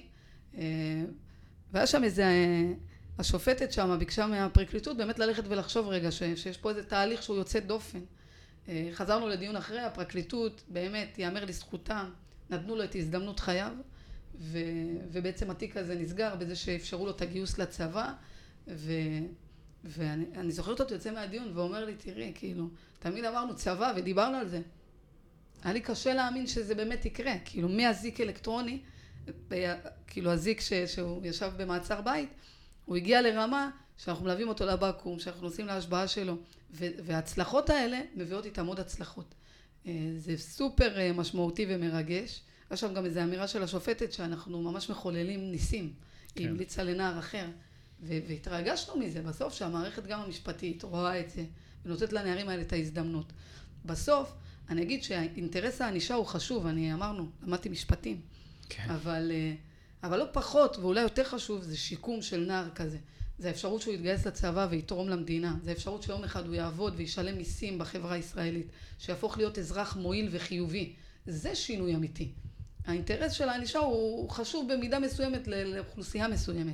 Speaker 2: והיה שם איזה, השופטת שם ביקשה מהפרקליטות באמת ללכת ולחשוב רגע ש, שיש פה איזה תהליך שהוא יוצא דופן. חזרנו לדיון אחרי, הפרקליטות באמת יאמר לזכותם, נתנו לו את הזדמנות חייו, ו, ובעצם התיק הזה נסגר בזה שאפשרו לו את הגיוס לצבא, ו, ואני אני זוכרת אותו יוצא מהדיון ואומר לי, תראי, כאילו, תמיד אמרנו צבא ודיברנו על זה. היה לי קשה להאמין שזה באמת יקרה, כאילו מהזיק אלקטרוני, כאילו הזיק ש, שהוא ישב במעצר בית, הוא הגיע לרמה שאנחנו מלווים אותו לבקו"ם, שאנחנו עושים להשבעה שלו, ו, וההצלחות האלה מביאות איתם עוד הצלחות. זה סופר משמעותי ומרגש. יש שם גם איזו אמירה של השופטת שאנחנו ממש מחוללים ניסים, כן. היא המליצה לנער אחר, ו- והתרגשנו מזה בסוף שהמערכת גם המשפטית רואה את זה, ונותנת לנערים האלה את ההזדמנות. בסוף, אני אגיד שהאינטרס הענישה הוא חשוב, אני אמרנו, למדתי משפטים, כן. אבל, אבל לא פחות, ואולי יותר חשוב, זה שיקום של נער כזה. זה האפשרות שהוא יתגייס לצבא ויתרום למדינה, זה האפשרות שיום אחד הוא יעבוד וישלם מיסים בחברה הישראלית, שיהפוך להיות אזרח מועיל וחיובי. זה שינוי אמיתי. האינטרס של הענישה הוא חשוב במידה מסוימת לאוכלוסייה מסוימת,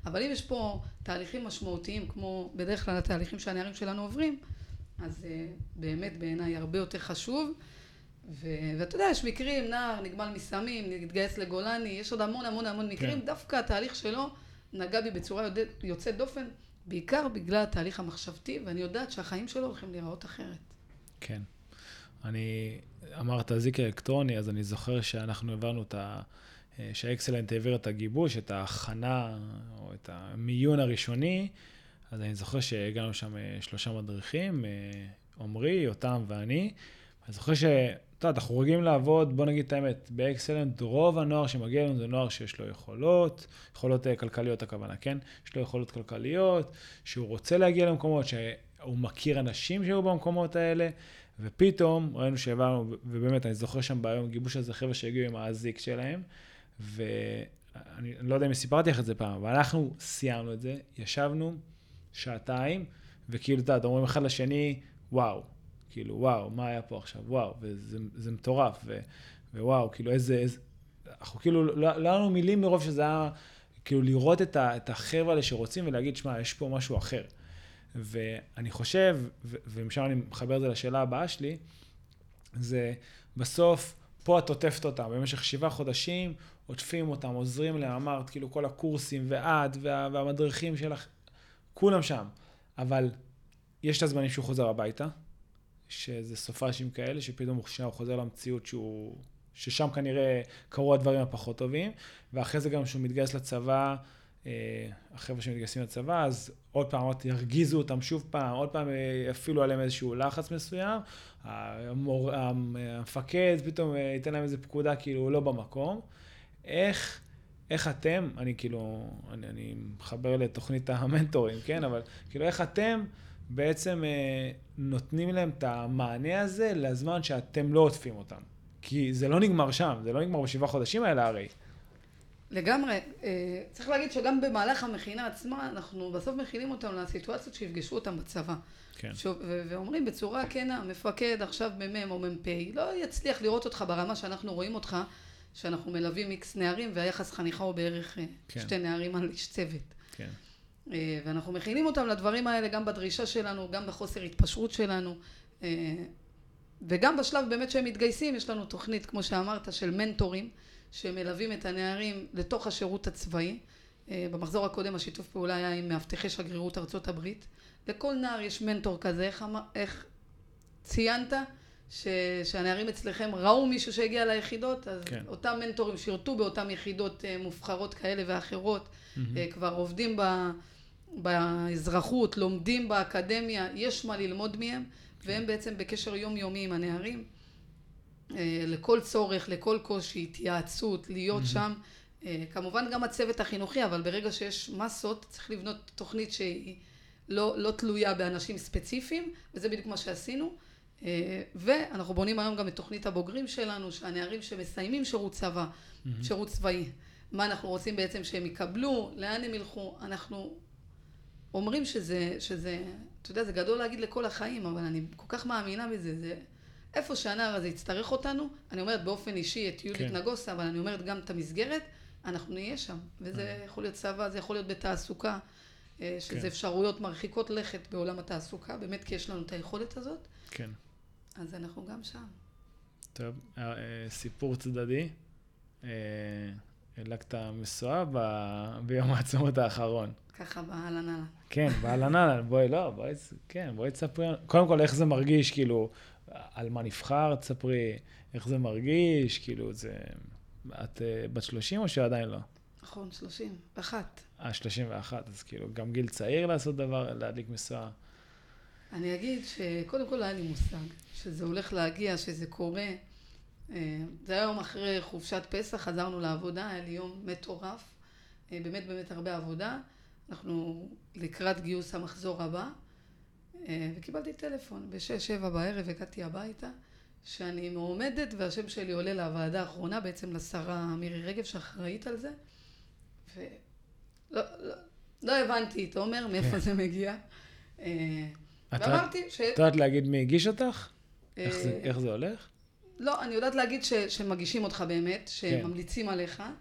Speaker 2: אבל אם יש פה תהליכים משמעותיים, כמו בדרך כלל התהליכים שהנערים שלנו עוברים, אז באמת בעיניי הרבה יותר חשוב. ו- ואתה יודע, יש מקרים, נער נגמל מסמים, נתגייס לגולני, יש עוד המון המון המון מקרים, כן. דווקא התהליך שלו נגע בי בצורה יוצאת דופן, בעיקר בגלל התהליך המחשבתי, ואני יודעת שהחיים שלו הולכים להיראות אחרת.
Speaker 1: כן. אני אמרת זיק אלקטרוני, אז אני זוכר שאנחנו העברנו את ה... שהאקסלנט העביר את הגיבוש, את ההכנה או את המיון הראשוני, אז אני זוכר שהגענו שם שלושה מדריכים, עומרי, יותם ואני, אני זוכר ש... אתה יודע, אנחנו רגילים לעבוד, בוא נגיד את האמת, באקסלנט, רוב הנוער שמגיע לנו זה נוער שיש לו יכולות, יכולות כלכליות הכוונה, כן? יש לו יכולות כלכליות, שהוא רוצה להגיע למקומות, שהוא מכיר אנשים שהיו במקומות האלה, ופתאום ראינו שהעברנו, ובאמת אני זוכר שם ביום גיבוש הזה חבר'ה שהגיעו עם האזיק שלהם, ואני לא יודע אם סיפרתי לך את זה פעם, אבל אנחנו סיימנו את זה, ישבנו שעתיים, וכאילו, אתה יודע, אומרים אחד לשני, וואו, כאילו, וואו, מה היה פה עכשיו? וואו, וזה זה מטורף, ו, ווואו, כאילו, איזה, איזה, אנחנו כאילו, לא, לא לנו מילים מרוב שזה היה, כאילו, לראות את, ה, את החבר'ה האלה שרוצים ולהגיד, שמה, יש פה משהו אחר. ואני חושב, ו, ומשם אני מחבר את זה לשאלה הבאה שלי, זה בסוף, פה את עוטפת אותם, במשך שבעה חודשים, עוטפים אותם, עוזרים להם, אמרת, כאילו, כל הקורסים ועד, וה, והמדריכים שלך, כולם שם. אבל יש את הזמנים שהוא חוזר הביתה, שזה סופשים כאלה, שפתאום הוא חוזר למציאות שהוא, ששם כנראה קרו הדברים הפחות טובים, ואחרי זה גם שהוא מתגייס לצבא, החבר'ה שמתגייסים לצבא, אז עוד פעם ירגיזו אותם שוב פעם, עוד פעם אפילו עליהם איזשהו לחץ מסוים, המור, המפקד פתאום ייתן להם איזו פקודה כאילו לא במקום. איך, איך אתם, אני כאילו, אני, אני מחבר לתוכנית המנטורים, כן? אבל כאילו איך אתם בעצם נותנים להם את המענה הזה לזמן שאתם לא עוטפים אותם. כי זה לא נגמר שם, זה לא נגמר בשבעה חודשים האלה הרי.
Speaker 2: לגמרי. צריך להגיד שגם במהלך המכינה עצמה, אנחנו בסוף מכינים אותם לסיטואציות שיפגשו אותם בצבא.
Speaker 1: כן.
Speaker 2: ואומרים בצורה כנה, המפקד עכשיו במם או ממפי, לא יצליח לראות אותך ברמה שאנחנו רואים אותך, שאנחנו מלווים איקס נערים, והיחס חניכה הוא בערך כן. שתי נערים על איש צוות.
Speaker 1: כן.
Speaker 2: ואנחנו מכינים אותם לדברים האלה, גם בדרישה שלנו, גם בחוסר התפשרות שלנו, וגם בשלב באמת שהם מתגייסים, יש לנו תוכנית, כמו שאמרת, של מנטורים, שמלווים את הנערים לתוך השירות הצבאי. במחזור הקודם השיתוף פעולה היה עם מאבטחי שגרירות ארצות הברית. לכל נער יש מנטור כזה. איך, איך ציינת ש, שהנערים אצלכם ראו מישהו שהגיע ליחידות? אז כן. אותם מנטורים שירתו באותם יחידות מובחרות כאלה ואחרות, mm-hmm. כבר עובדים ב, באזרחות, לומדים באקדמיה, יש מה ללמוד מהם, כן. והם בעצם בקשר יומיומי עם הנערים. לכל צורך, לכל קושי, התייעצות, להיות mm-hmm. שם. כמובן גם הצוות החינוכי, אבל ברגע שיש מסות, צריך לבנות תוכנית שהיא לא, לא תלויה באנשים ספציפיים, וזה בדיוק מה שעשינו. ואנחנו בונים היום גם את תוכנית הבוגרים שלנו, שהנערים שמסיימים שירות צבא, mm-hmm. שירות צבאי, מה אנחנו רוצים בעצם שהם יקבלו, לאן הם ילכו. אנחנו אומרים שזה, שזה, אתה יודע, זה גדול להגיד לכל החיים, אבל אני כל כך מאמינה בזה, זה... איפה שהנער הזה יצטרך אותנו, אני אומרת באופן אישי את יהודית כן. נגוסה, אבל אני אומרת גם את המסגרת, אנחנו נהיה שם. וזה יכול להיות צבא, זה יכול להיות בתעסוקה, שזה כן. אפשרויות מרחיקות לכת בעולם התעסוקה, באמת כי יש לנו את היכולת הזאת.
Speaker 1: כן.
Speaker 2: אז אנחנו גם שם.
Speaker 1: טוב, סיפור צדדי. הלקת מסועה ביום העצמות האחרון.
Speaker 2: ככה באהלן אהלן.
Speaker 1: כן, באהלן אהלן. בואי, לא, בואי, כן, בואי תספרי. קודם כל, איך זה מרגיש, כאילו, על מה נבחר, תספרי, איך זה מרגיש, כאילו, זה... את בת שלושים או שעדיין לא?
Speaker 2: נכון, שלושים ואחת.
Speaker 1: אה, שלושים ואחת, אז כאילו, גם גיל צעיר לעשות דבר, להדליק מסועה.
Speaker 2: אני אגיד שקודם כל היה לי מושג, שזה הולך להגיע, שזה קורה. זה היה יום אחרי חופשת פסח, חזרנו לעבודה, היה לי יום מטורף, באמת באמת הרבה עבודה. אנחנו לקראת גיוס המחזור הבא, וקיבלתי טלפון בשש שבע בערב, הגעתי הביתה, שאני מועמדת והשם שלי עולה לוועדה האחרונה, בעצם לשרה מירי רגב שאחראית על זה, ולא לא, לא הבנתי, אתה אומר, מאיפה זה מגיע. ואמרתי ש...
Speaker 1: את יודעת להגיד מי הגיש אותך? איך זה, איך זה הולך?
Speaker 2: לא, אני יודעת להגיד ש, שמגישים אותך באמת, שממליצים עליך,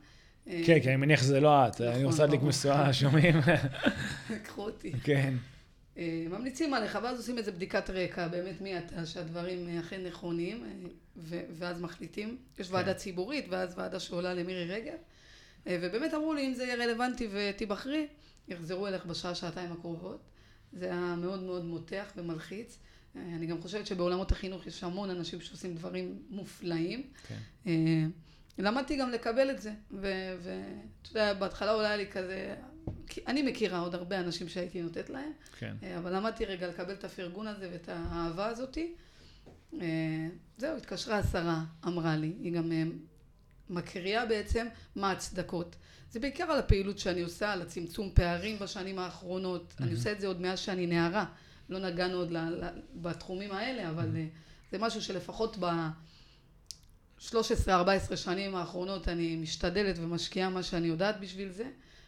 Speaker 1: כן, כי אני מניח שזה לא את, אני רוצה להדליק משואה, שומעים?
Speaker 2: קחו אותי.
Speaker 1: כן.
Speaker 2: ממליצים עליך, ואז עושים איזה בדיקת רקע, באמת מי אתה, שהדברים אכן נכונים, ואז מחליטים. יש ועדה ציבורית, ואז ועדה שעולה למירי רגב, ובאמת אמרו לי, אם זה יהיה רלוונטי ותיבחרי, יחזרו אליך בשעה, שעתיים הקרובות. זה היה מאוד מאוד מותח ומלחיץ. אני גם חושבת שבעולמות החינוך יש המון אנשים שעושים דברים מופלאים. כן. למדתי גם לקבל את זה, ואתה יודע, בהתחלה אולי היה לי כזה, אני מכירה עוד הרבה אנשים שהייתי נותנת להם, כן. אבל למדתי רגע לקבל את הפרגון הזה ואת האהבה הזאתי. זהו, התקשרה השרה, אמרה לי, היא גם מקריאה בעצם מה הצדקות. זה בעיקר על הפעילות שאני עושה, על הצמצום פערים בשנים האחרונות. Mm-hmm. אני עושה את זה עוד מאז שאני נערה. לא נגענו עוד ל, ל, בתחומים האלה, אבל mm-hmm. זה משהו שלפחות ב-שלוש עשרה ארבע עשרה שנים האחרונות אני משתדלת ומשקיעה מה שאני יודעת בשביל זה.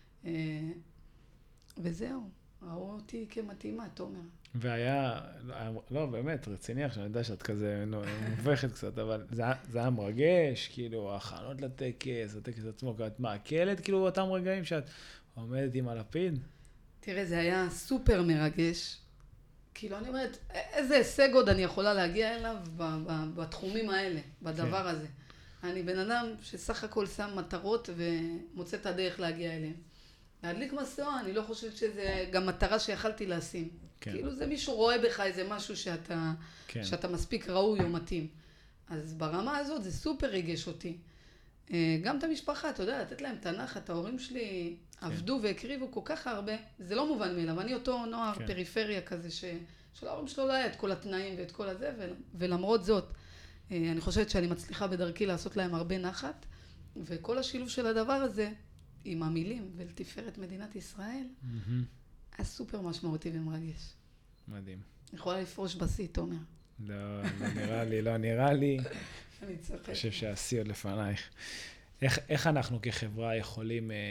Speaker 2: וזהו, ראו אותי כמתאימה, תומר.
Speaker 1: והיה, לא, באמת, רציני עכשיו, אני יודע שאת כזה מובכת קצת, אבל זה, זה היה מרגש, כאילו, ההכנות לטקס, הטקס עצמו, את מעכלת, כאילו, אותם רגעים שאת עומדת עם הלפיד?
Speaker 2: תראה, זה היה סופר מרגש. כאילו, אני אומרת, איזה הישג עוד אני יכולה להגיע אליו בתחומים האלה, בדבר כן. הזה. אני בן אדם שסך הכל שם מטרות ומוצא את הדרך להגיע אליהם. להדליק משואה, אני לא חושבת שזה גם מטרה שיכלתי לשים. כן. כאילו זה מישהו רואה בך איזה משהו שאתה, כן. שאתה מספיק ראוי או מתאים. אז ברמה הזאת זה סופר ריגש אותי. גם את המשפחה, אתה יודע, לתת להם את הנחת, ההורים שלי כן. עבדו והקריבו כל כך הרבה, זה לא מובן מאליו. אני אותו נוער כן. פריפריה כזה, ש... שלהורים שלו לא היה את כל התנאים ואת כל הזה, ו... ולמרות זאת, אני חושבת שאני מצליחה בדרכי לעשות להם הרבה נחת, וכל השילוב של הדבר הזה, עם המילים ולתפארת מדינת ישראל, mm-hmm. היה סופר משמעותי ומרגש.
Speaker 1: מדהים.
Speaker 2: יכולה לפרוש בשיא, תומר.
Speaker 1: לא, לא נראה לי, לא נראה לי.
Speaker 2: אני צוחק.
Speaker 1: אני חושב שהשיא עוד לפנייך. איך, איך אנחנו כחברה יכולים אה,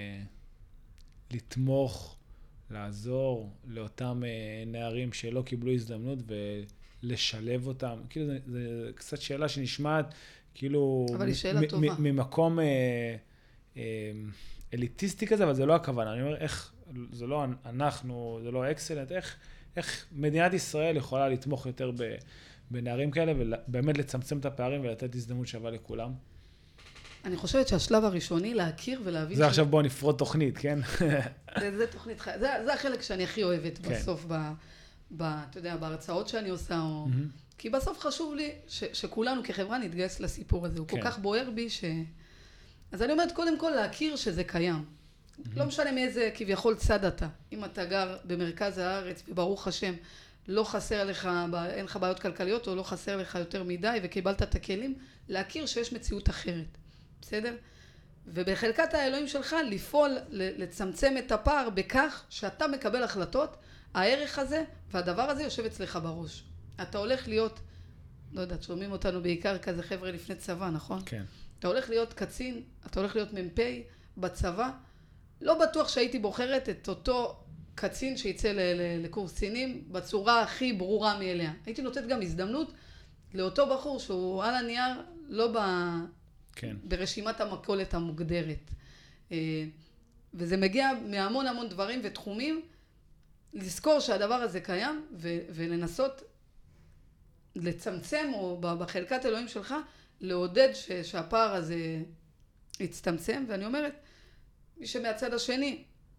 Speaker 1: לתמוך, לעזור לאותם אה, נערים שלא קיבלו הזדמנות ולשלב אותם? כאילו, זה, זה קצת שאלה שנשמעת, כאילו...
Speaker 2: אבל היא שאלה טובה.
Speaker 1: ממקום... אה, אה, אליטיסטי כזה, אבל זה לא הכוונה. אני אומר, איך, זה לא אנחנו, זה לא אקסלנט, איך, איך מדינת ישראל יכולה לתמוך יותר בנערים כאלה, ובאמת לצמצם את הפערים ולתת הזדמנות שווה לכולם?
Speaker 2: אני חושבת שהשלב הראשוני להכיר ולהבין...
Speaker 1: זה ש... עכשיו בוא נפרוט תוכנית, כן?
Speaker 2: זה, זה תוכנית חי... זה, זה החלק שאני הכי אוהבת כן. בסוף, ב, ב, אתה יודע, בהרצאות שאני עושה, או... Mm-hmm. כי בסוף חשוב לי ש, שכולנו כחברה נתגייס לסיפור הזה. הוא כן. כל כך בוער בי ש... אז אני אומרת, קודם כל להכיר שזה קיים. Mm-hmm. לא משנה מאיזה כביכול צד אתה. אם אתה גר במרכז הארץ, וברוך השם, לא חסר לך, אין לך בעיות כלכליות, או לא חסר לך יותר מדי, וקיבלת את הכלים, להכיר שיש מציאות אחרת. בסדר? ובחלקת האלוהים שלך, לפעול, לצמצם את הפער בכך שאתה מקבל החלטות, הערך הזה והדבר הזה יושב אצלך בראש. אתה הולך להיות, לא יודעת, שומעים אותנו בעיקר כזה חבר'ה לפני צבא, נכון?
Speaker 1: כן.
Speaker 2: אתה הולך להיות קצין, אתה הולך להיות מ"פ בצבא, לא בטוח שהייתי בוחרת את אותו קצין שיצא לקורס קצינים בצורה הכי ברורה מאליה. הייתי נותנת גם הזדמנות לאותו בחור שהוא על הנייר, לא ב... כן. ברשימת המכולת המוגדרת. וזה מגיע מהמון המון דברים ותחומים, לזכור שהדבר הזה קיים ו- ולנסות לצמצם, או בחלקת אלוהים שלך, לעודד ש- שהפער הזה יצטמצם. ואני אומרת, מי שמהצד השני,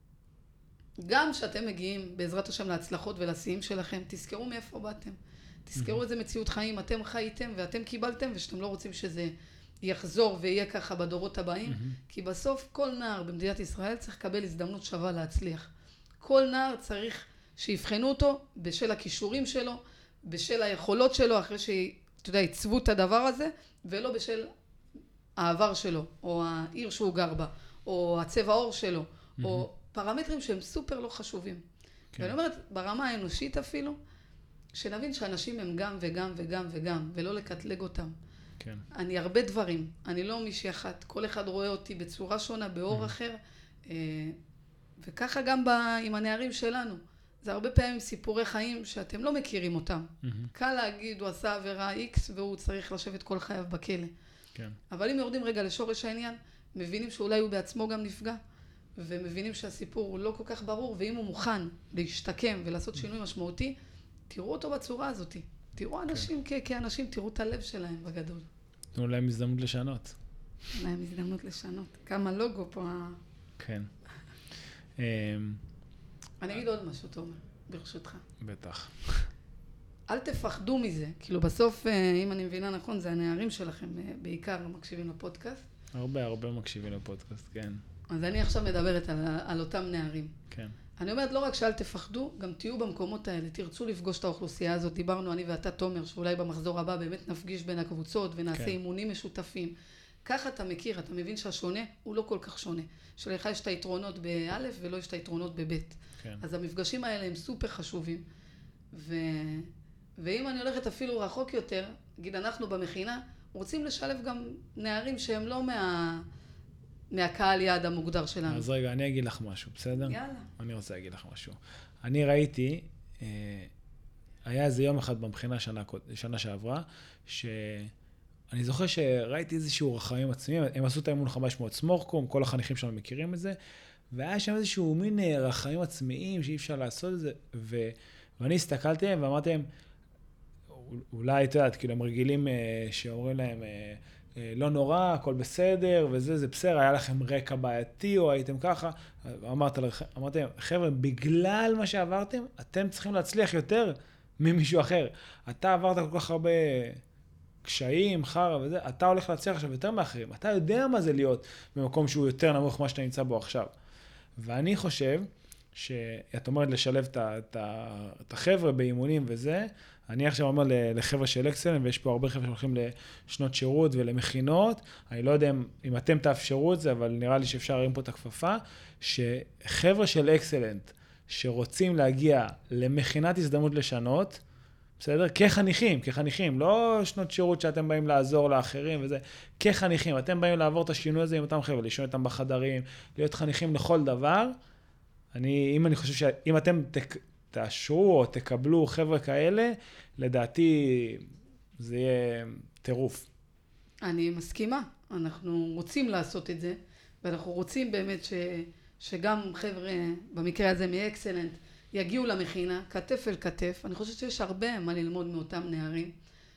Speaker 2: גם שאתם מגיעים בעזרת השם להצלחות ולשיאים שלכם, תזכרו מאיפה באתם. תזכרו איזה מציאות חיים אתם חייתם ואתם קיבלתם, ושאתם לא רוצים שזה יחזור ויהיה ככה בדורות הבאים, mm-hmm. כי בסוף כל נער במדינת ישראל צריך לקבל הזדמנות שווה להצליח. כל נער צריך שיבחנו אותו בשל הכישורים שלו, בשל היכולות שלו, אחרי שאתה יודע, יצבו את הדבר הזה, ולא בשל העבר שלו, או העיר שהוא גר בה, או הצבע העור שלו, mm-hmm. או פרמטרים שהם סופר לא חשובים. כן. ואני אומרת, ברמה האנושית אפילו, שנבין שאנשים הם גם וגם וגם וגם, ולא לקטלג אותם. כן. אני הרבה דברים, אני לא מישהי אחת, כל אחד רואה אותי בצורה שונה, באור mm-hmm. אחר, וככה גם ב, עם הנערים שלנו. זה הרבה פעמים סיפורי חיים שאתם לא מכירים אותם. Mm-hmm. קל להגיד, הוא עשה עבירה X והוא צריך לשבת כל חייו בכלא. כן. אבל אם יורדים רגע לשורש העניין, מבינים שאולי הוא בעצמו גם נפגע, ומבינים שהסיפור הוא לא כל כך ברור, ואם הוא מוכן להשתקם ולעשות שינוי משמעותי, תראו אותו בצורה הזאת. תראו אנשים כן. כ- כאנשים, תראו את הלב שלהם בגדול.
Speaker 1: תנו להם הזדמנות לשנות.
Speaker 2: תנו להם הזדמנות לשנות. כמה לוגו פה.
Speaker 1: כן.
Speaker 2: אני אגיד עוד משהו, תומר, ברשותך.
Speaker 1: בטח.
Speaker 2: אל תפחדו מזה. כאילו בסוף, אם אני מבינה נכון, זה הנערים שלכם בעיקר מקשיבים לפודקאסט.
Speaker 1: הרבה, הרבה מקשיבים לפודקאסט, כן.
Speaker 2: אז אני עכשיו מדברת על, על אותם נערים.
Speaker 1: כן.
Speaker 2: אני אומרת, לא רק שאל תפחדו, גם תהיו במקומות האלה, תרצו לפגוש את האוכלוסייה הזאת. דיברנו אני ואתה, תומר, שאולי במחזור הבא באמת נפגיש בין הקבוצות ונעשה כן. אימונים משותפים. ככה אתה מכיר, אתה מבין שהשונה הוא לא כל כך שונה. שלך יש את היתרונות באלף ולא יש את היתרונות בבית.
Speaker 1: כן.
Speaker 2: אז המפגשים האלה הם סופר חשובים. ו... ואם אני הולכת אפילו רחוק יותר, נגיד אנחנו במכינה, רוצים לשלב גם נערים שהם לא מה... מהקהל יעד המוגדר שלנו.
Speaker 1: אז רגע, אני אגיד לך משהו, בסדר?
Speaker 2: יאללה.
Speaker 1: אני רוצה להגיד לך משהו. אני ראיתי, אה, היה איזה יום אחד במכינה שנה, שנה שעברה, שאני זוכר שראיתי איזשהו רחמים עצמיים, הם עשו את האימון חמש מאות סמורקום, כל החניכים שלנו מכירים את זה, והיה שם איזשהו מין רחמים עצמיים שאי אפשר לעשות את זה, ו... ואני הסתכלתי עליהם ואמרתי להם, אולי, את יודעת, כאילו הם רגילים שאומרים להם, לא נורא, הכל בסדר, וזה, זה בסדר, היה לכם רקע בעייתי, או הייתם ככה. אמרת, אמרתי להם, חבר'ה, בגלל מה שעברתם, אתם צריכים להצליח יותר ממישהו אחר. אתה עברת כל כך הרבה קשיים, חרא וזה, אתה הולך להצליח עכשיו יותר מאחרים. אתה יודע מה זה להיות במקום שהוא יותר נמוך מה שאתה נמצא בו עכשיו. ואני חושב שאת אומרת לשלב את החבר'ה באימונים וזה, אני עכשיו אומר לחבר'ה של אקסלנט, ויש פה הרבה חבר'ה שהולכים לשנות שירות ולמכינות, אני לא יודע אם, אם אתם תאפשרו את זה, אבל נראה לי שאפשר להרים פה את הכפפה, שחבר'ה של אקסלנט שרוצים להגיע למכינת הזדמנות לשנות, בסדר? כחניכים, כחניכים, לא שנות שירות שאתם באים לעזור לאחרים וזה, כחניכים, אתם באים לעבור את השינוי הזה עם אותם חבר'ה, לישון איתם בחדרים, להיות חניכים לכל דבר, אני, אם אני חושב שאם אתם תק, תאשרו או תקבלו חבר'ה כאלה, לדעתי זה יהיה טירוף.
Speaker 2: אני מסכימה, אנחנו רוצים לעשות את זה, ואנחנו רוצים באמת ש, שגם חבר'ה, במקרה הזה מאקסלנט, יגיעו למכינה, כתף אל כתף. אני חושבת שיש הרבה מה ללמוד מאותם נערים.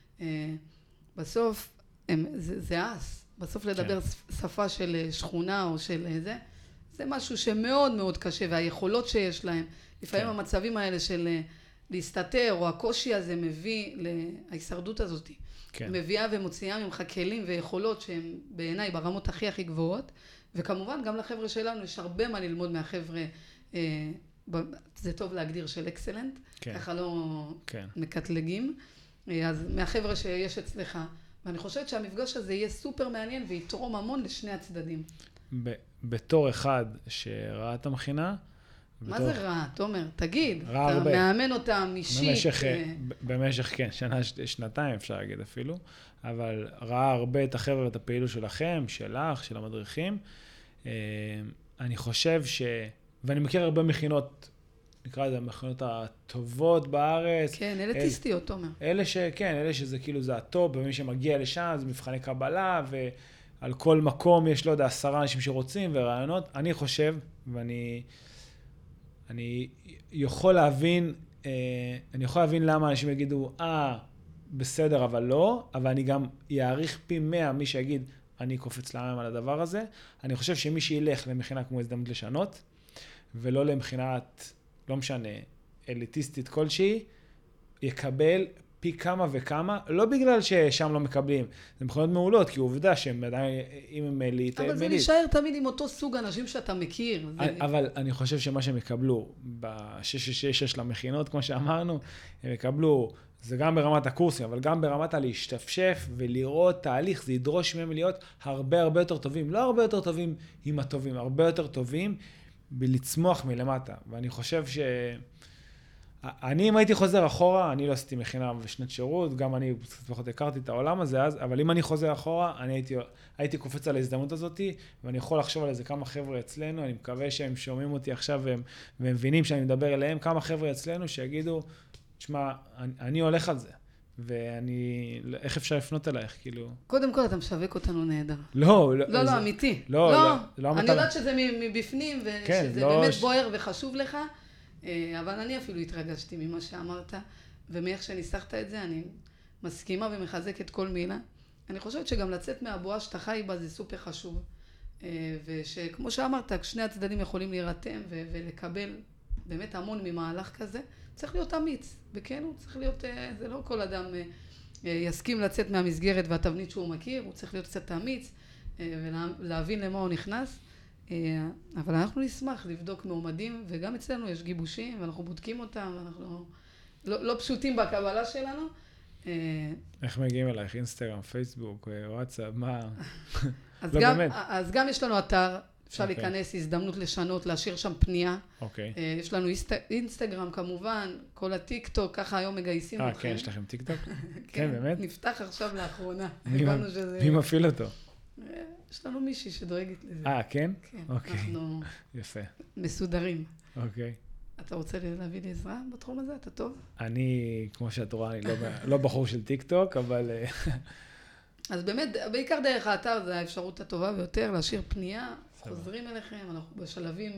Speaker 2: בסוף, הם, זה, זה אס. בסוף לדבר כן. שפה של שכונה או של זה, זה משהו שמאוד מאוד קשה, והיכולות שיש להם, לפעמים כן. המצבים האלה של להסתתר, או הקושי הזה מביא להישרדות הזאת. כן. מביאה ומוציאה ממך כלים ויכולות שהם בעיניי ברמות הכי הכי גבוהות, וכמובן גם לחבר'ה שלנו יש הרבה מה ללמוד מהחבר'ה, אה, זה טוב להגדיר של אקסלנט, כן. ככה לא כן. מקטלגים, אז מהחבר'ה שיש אצלך, ואני חושבת שהמפגש הזה יהיה סופר מעניין ויתרום המון לשני הצדדים.
Speaker 1: ב- בתור אחד שראה את המכינה,
Speaker 2: מה בתור... זה רע, תומר? תגיד, אתה
Speaker 1: הרבה.
Speaker 2: מאמן אותם אישית.
Speaker 1: במשך, במשך, כן, שנה, שנתיים אפשר להגיד אפילו, אבל ראה הרבה את החבר'ה ואת הפעילות שלכם, שלך, של המדריכים. אני חושב ש... ואני מכיר הרבה מכינות, נקרא לזה, המכינות הטובות בארץ.
Speaker 2: כן, אליטיסטיות, תומר.
Speaker 1: אלה ש... כן, אלה שזה כאילו זה הטופ, ומי שמגיע לשם זה מבחני קבלה, ועל כל מקום יש, לא יודע, עשרה אנשים שרוצים ורעיונות. אני חושב, ואני... אני יכול להבין, אני יכול להבין למה אנשים יגידו, אה, בסדר, אבל לא, אבל אני גם יעריך פי מאה מי שיגיד, אני קופץ לעם על הדבר הזה. אני חושב שמי שילך למכינה כמו הזדמנות לשנות, ולא למכינת, לא משנה, אליטיסטית כלשהי, יקבל פי כמה וכמה, לא בגלל ששם לא מקבלים, זה מכונות מעולות, כי עובדה שהם עדיין, אם הם מלית,
Speaker 2: אבל זה נשאר תמיד עם אותו סוג אנשים שאתה מכיר.
Speaker 1: אבל אני חושב שמה שהם יקבלו, ב-שש שש שש למכינות, כמו שאמרנו, הם יקבלו, זה גם ברמת הקורסים, אבל גם ברמת הלהשתפשף ולראות תהליך, זה ידרוש מהם להיות הרבה הרבה יותר טובים, לא הרבה יותר טובים עם הטובים, הרבה יותר טובים בלצמוח מלמטה. ואני חושב ש... אני, אם הייתי חוזר אחורה, אני לא עשיתי מכינה ושנת שירות, גם אני קצת פחות הכרתי את העולם הזה אז, אבל אם אני חוזר אחורה, אני הייתי, הייתי קופץ על ההזדמנות הזאת, ואני יכול לחשוב על איזה כמה חבר'ה אצלנו, אני מקווה שהם שומעים אותי עכשיו, והם, והם מבינים שאני מדבר אליהם, כמה חבר'ה אצלנו שיגידו, תשמע, אני, אני הולך על זה, ואני, איך אפשר לפנות אלייך, כאילו?
Speaker 2: קודם כל, אתה משווק אותנו נהדר.
Speaker 1: לא,
Speaker 2: לא, לא, אמיתי.
Speaker 1: לא, לא, לא.
Speaker 2: אני יודעת שזה מבפנים, ושזה באמת בוער וחשוב לך, אבל אני אפילו התרגשתי ממה שאמרת, ומאיך שניסחת את זה, אני מסכימה ומחזקת כל מילה. אני חושבת שגם לצאת מהבועה שאתה חי בה זה סופר חשוב. ושכמו שאמרת, שני הצדדים יכולים להירתם ולקבל באמת המון ממהלך כזה. צריך להיות אמיץ, בכנות, צריך להיות, זה לא כל אדם יסכים לצאת מהמסגרת והתבנית שהוא מכיר, הוא צריך להיות קצת אמיץ ולהבין למה הוא נכנס. אבל אנחנו נשמח לבדוק מועמדים, וגם אצלנו יש גיבושים ואנחנו בודקים אותם, ואנחנו לא, לא פשוטים בקבלה שלנו.
Speaker 1: איך מגיעים אלייך? אינסטגרם, פייסבוק, וואטסאפ, מה?
Speaker 2: אז, לא גם, באמת. אז גם יש לנו אתר, אפשר okay. להיכנס, הזדמנות לשנות, להשאיר שם פנייה.
Speaker 1: אוקיי.
Speaker 2: Okay. יש לנו אינסט... אינסטגרם כמובן, כל הטיק טוק, ככה היום מגייסים
Speaker 1: אתכם. אה, כן, יש לכם טיק טוק?
Speaker 2: כן,
Speaker 1: כן, באמת?
Speaker 2: נפתח עכשיו לאחרונה.
Speaker 1: מי, שזה... מי מפעיל אותו?
Speaker 2: יש לנו מישהי שדואגת לזה.
Speaker 1: אה, כן?
Speaker 2: כן.
Speaker 1: אוקיי.
Speaker 2: אנחנו
Speaker 1: יפה.
Speaker 2: מסודרים.
Speaker 1: אוקיי.
Speaker 2: אתה רוצה להביא לי עזרה בתחום הזה? אתה טוב?
Speaker 1: אני, כמו שאת רואה, אני לא, לא בחור של טיק טוק, אבל...
Speaker 2: אז באמת, בעיקר דרך האתר זה האפשרות הטובה ביותר, להשאיר פנייה, חוזרים אליכם, אנחנו בשלבים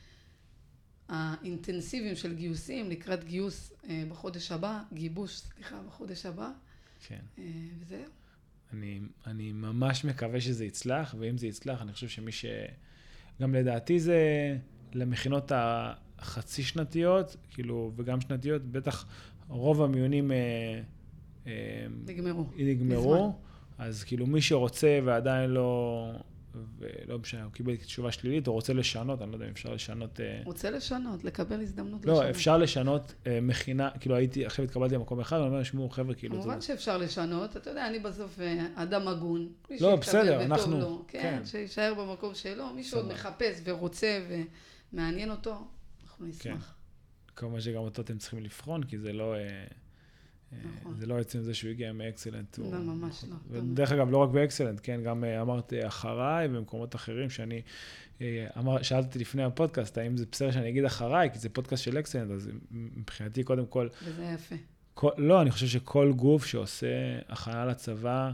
Speaker 2: האינטנסיביים של גיוסים, לקראת גיוס בחודש הבא, גיבוש, סליחה, בחודש הבא.
Speaker 1: כן.
Speaker 2: וזהו.
Speaker 1: אני, אני ממש מקווה שזה יצלח, ואם זה יצלח, אני חושב שמי ש... גם לדעתי זה למכינות החצי שנתיות, כאילו, וגם שנתיות, בטח רוב המיונים
Speaker 2: נגמרו.
Speaker 1: נגמרו. אז כאילו מי שרוצה ועדיין לא, ולא משנה, הוא קיבל תשובה שלילית, או רוצה לשנות, אני לא יודע אם אפשר לשנות...
Speaker 2: רוצה לשנות, לקבל הזדמנות
Speaker 1: לא,
Speaker 2: לשנות.
Speaker 1: לא, אפשר לשנות מכינה, כאילו הייתי, עכשיו התקבלתי למקום אחד, אני אומר, שמעו, חבר'ה, כאילו...
Speaker 2: כמובן שאפשר לשנות, אתה יודע, אני בסוף אדם הגון.
Speaker 1: לא, בסדר, אנחנו...
Speaker 2: לו, כן, שישאר במקום שלו, מי שעוד מחפש ורוצה ומעניין אותו, אנחנו נשמח.
Speaker 1: כמובן שגם אותו אתם צריכים לבחון, כי זה לא... זה לא עצם זה שהוא הגיע מאקסלנט.
Speaker 2: לא, ממש לא.
Speaker 1: דרך אגב, לא רק באקסלנט, כן, גם אמרת אחריי במקומות אחרים שאני, שאלתי לפני הפודקאסט, האם זה בסדר שאני אגיד אחריי, כי זה פודקאסט של אקסלנט, אז מבחינתי קודם כל...
Speaker 2: וזה יפה.
Speaker 1: לא, אני חושב שכל גוף שעושה הכנה לצבא,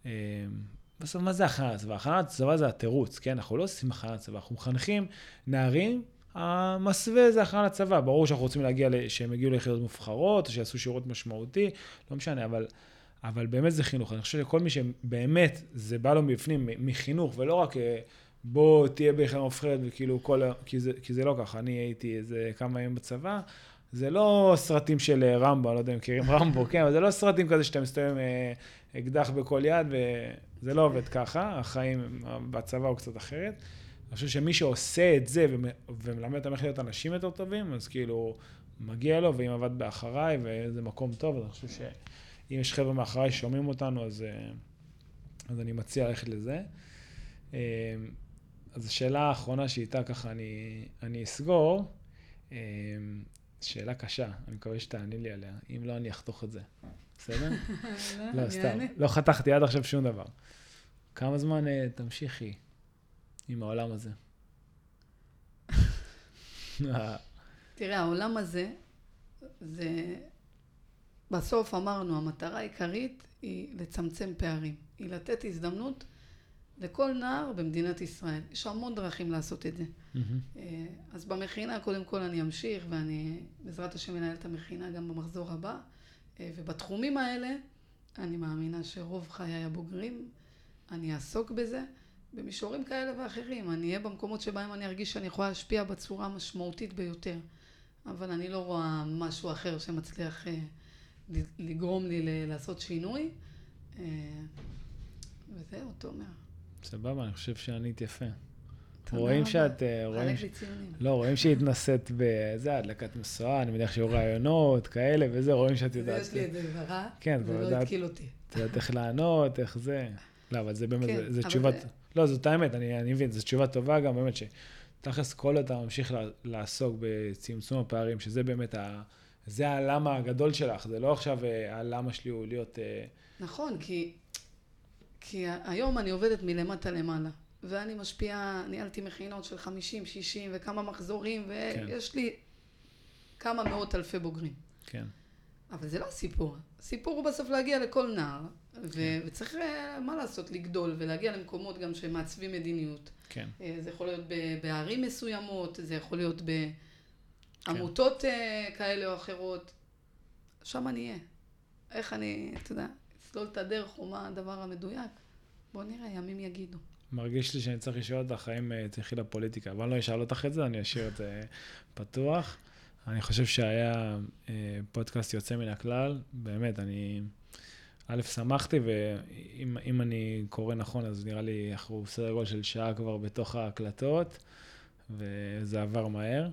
Speaker 1: בסוף מה זה הכנה לצבא? הכנה לצבא זה התירוץ, כן? אנחנו לא עושים הכנה לצבא, אנחנו מחנכים נערים, המסווה זה הכנה לצבא. ברור שאנחנו רוצים להגיע, שהם הגיעו ליחידות מובחרות, או שיעשו שירות משמעותי, לא משנה, אבל, אבל באמת זה חינוך. אני חושב שכל מי שבאמת זה בא לו מבפנים מחינוך, ולא רק בוא תהיה ביחידה מובחרת, וכאילו כל, כי זה, כי זה לא ככה. אני הייתי איזה כמה ימים בצבא, זה לא סרטים של רמבו, לא יודע אם מכירים רמבו, כן, אבל זה לא סרטים כזה שאתה מסתובב אקדח בכל יד, וזה לא עובד ככה, החיים בצבא הוא קצת אחרת. אני חושב שמי שעושה את זה ומלמד אותם איך להיות אנשים יותר טובים, אז כאילו מגיע לו, ואם עבד באחריי, וזה מקום טוב, אז אני חושב שאם יש חבר'ה מאחריי שומעים אותנו, אז, אז אני מציע ללכת לזה. אז השאלה האחרונה שאיתה ככה אני, אני אסגור, שאלה קשה, אני מקווה שתעני לי עליה, אם לא אני אחתוך את זה, בסדר? לא, סתם, לא חתכתי עד עכשיו שום דבר. כמה זמן תמשיכי עם העולם הזה?
Speaker 2: תראה, העולם הזה, זה, בסוף אמרנו, המטרה העיקרית היא לצמצם פערים, היא לתת הזדמנות לכל נער במדינת ישראל. יש המון דרכים לעשות את זה. Mm-hmm. אז במכינה, קודם כל אני אמשיך, ואני בעזרת השם מנהל את המכינה גם במחזור הבא, ובתחומים האלה אני מאמינה שרוב חיי הבוגרים, אני אעסוק בזה, במישורים כאלה ואחרים. אני אהיה במקומות שבהם אני ארגיש שאני יכולה להשפיע בצורה משמעותית ביותר, אבל אני לא רואה משהו אחר שמצליח לגרום לי לעשות שינוי, וזהו, תומר.
Speaker 1: סבבה, אני חושב שענית יפה. רואים שאת, רואים,
Speaker 2: חלק לציונים.
Speaker 1: לא, רואים שהתנסית בזה, הדלקת מסועה, אני מניח שיהיו רעיונות כאלה וזה, רואים שאת יודעת.
Speaker 2: יש לי את זה ברע,
Speaker 1: כן,
Speaker 2: זה לא התקיל אותי.
Speaker 1: את יודעת איך לענות, איך זה. לא, אבל זה באמת, זה תשובת, לא, זאת האמת, אני מבין, זו תשובה טובה גם, באמת שתכלס כל אתה ממשיך לעסוק בצמצום הפערים, שזה באמת, זה הלמה הגדול שלך, זה לא עכשיו הלמה שלי הוא להיות...
Speaker 2: נכון, כי... כי היום אני עובדת מלמטה למעלה, ואני משפיעה, ניהלתי מכינות של חמישים, שישים וכמה מחזורים, ויש כן. לי כמה מאות אלפי בוגרים.
Speaker 1: כן.
Speaker 2: אבל זה לא הסיפור. הסיפור הוא בסוף להגיע לכל נער, ו- וצריך, מה לעשות, לגדול ולהגיע למקומות גם שמעצבים מדיניות.
Speaker 1: כן.
Speaker 2: זה יכול להיות ב- בערים מסוימות, זה יכול להיות בעמותות כן. כאלה או אחרות. שם אני אהיה. איך אני, אתה יודע, אסלול את הדרך או מה הדבר המדויק. בוא נראה, ימים יגידו.
Speaker 1: מרגיש לי שאני צריך לשאול אותך האם תלכי לפוליטיקה, אבל אני לא אשאל אותך את זה, אני אשאיר את זה פתוח. אני חושב שהיה פודקאסט יוצא מן הכלל, באמת, אני א', שמחתי, ואם אני קורא נכון, אז נראה לי אנחנו סדר גודל של שעה כבר בתוך ההקלטות, וזה עבר מהר.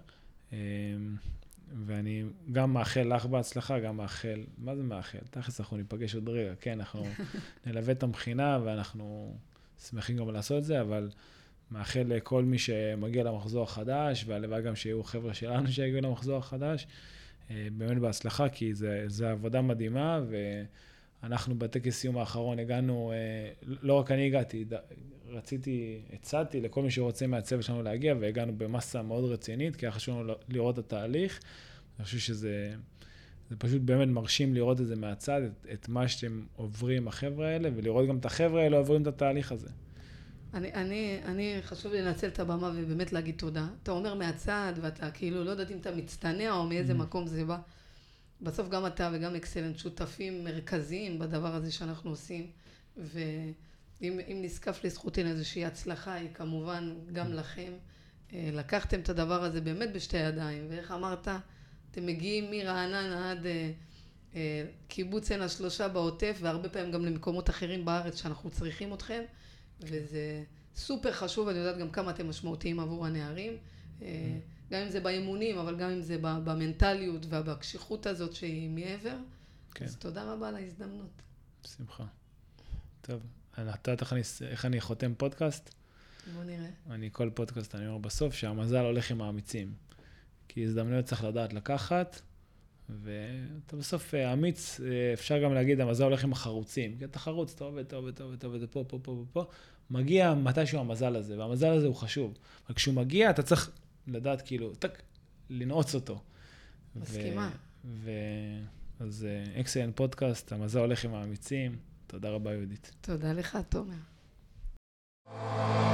Speaker 1: ואני גם מאחל לך בהצלחה, גם מאחל, מה זה מאחל? תכף אנחנו ניפגש עוד רגע, כן, אנחנו נלווה את המכינה, ואנחנו שמחים גם לעשות את זה, אבל מאחל לכל מי שמגיע למחזור החדש, והלוואי גם שיהיו חבר'ה שלנו שיגיעו למחזור החדש, באמת בהצלחה, כי זה, זה עבודה מדהימה, ואנחנו בטקס סיום האחרון הגענו, לא רק אני הגעתי, רציתי, הצעתי לכל מי שרוצה מהצוות שלנו להגיע, והגענו במסה מאוד רצינית, כי היה חשוב לנו לראות את התהליך. אני חושב שזה זה פשוט באמת מרשים לראות את זה מהצד, את, את מה שאתם עוברים החבר'ה האלה, ולראות גם את החבר'ה האלה עוברים את התהליך הזה.
Speaker 2: אני, אני, אני חשוב לנצל את הבמה ובאמת להגיד תודה. אתה אומר מהצד, ואתה כאילו לא יודעת אם אתה מצטנע או מאיזה מקום זה בא. בסוף גם אתה וגם אקסלנט שותפים מרכזיים בדבר הזה שאנחנו עושים, ואם אם נזקף לזכותנו איזושהי הצלחה, היא כמובן גם לכם. לקחתם את הדבר הזה באמת בשתי ידיים, ואיך אמרת, אתם מגיעים מרעננה עד אה, אה, קיבוץ עין השלושה בעוטף, והרבה פעמים גם למקומות אחרים בארץ שאנחנו צריכים אתכם, וזה סופר חשוב, אני יודעת גם כמה אתם משמעותיים עבור הנערים, אה, גם אם זה באימונים, אבל גם אם זה במנטליות ובקשיחות הזאת שהיא מעבר. כן. אז תודה רבה על ההזדמנות.
Speaker 1: שמחה. טוב, אתה תכניס, איך אני חותם פודקאסט?
Speaker 2: בוא נראה.
Speaker 1: אני כל פודקאסט, אני אומר בסוף, שהמזל הולך עם האמיצים. כי הזדמנויות צריך לדעת לקחת, ואתה בסוף אמיץ, אפשר גם להגיד, המזל הולך עם החרוצים. כי אתה חרוץ, אתה עובד, אתה עובד, אתה עובד, אתה עובד, פה, פה, פה, פה, מגיע מתישהו המזל הזה, והמזל הזה הוא חשוב. אבל כשהוא מגיע, אתה צריך לדעת כאילו, טק, לנעוץ אותו.
Speaker 2: מסכימה.
Speaker 1: ו... אז אקסלנט פודקאסט, המזל הולך עם האמיצים. תודה רבה, יהודית.
Speaker 2: תודה לך, תומר.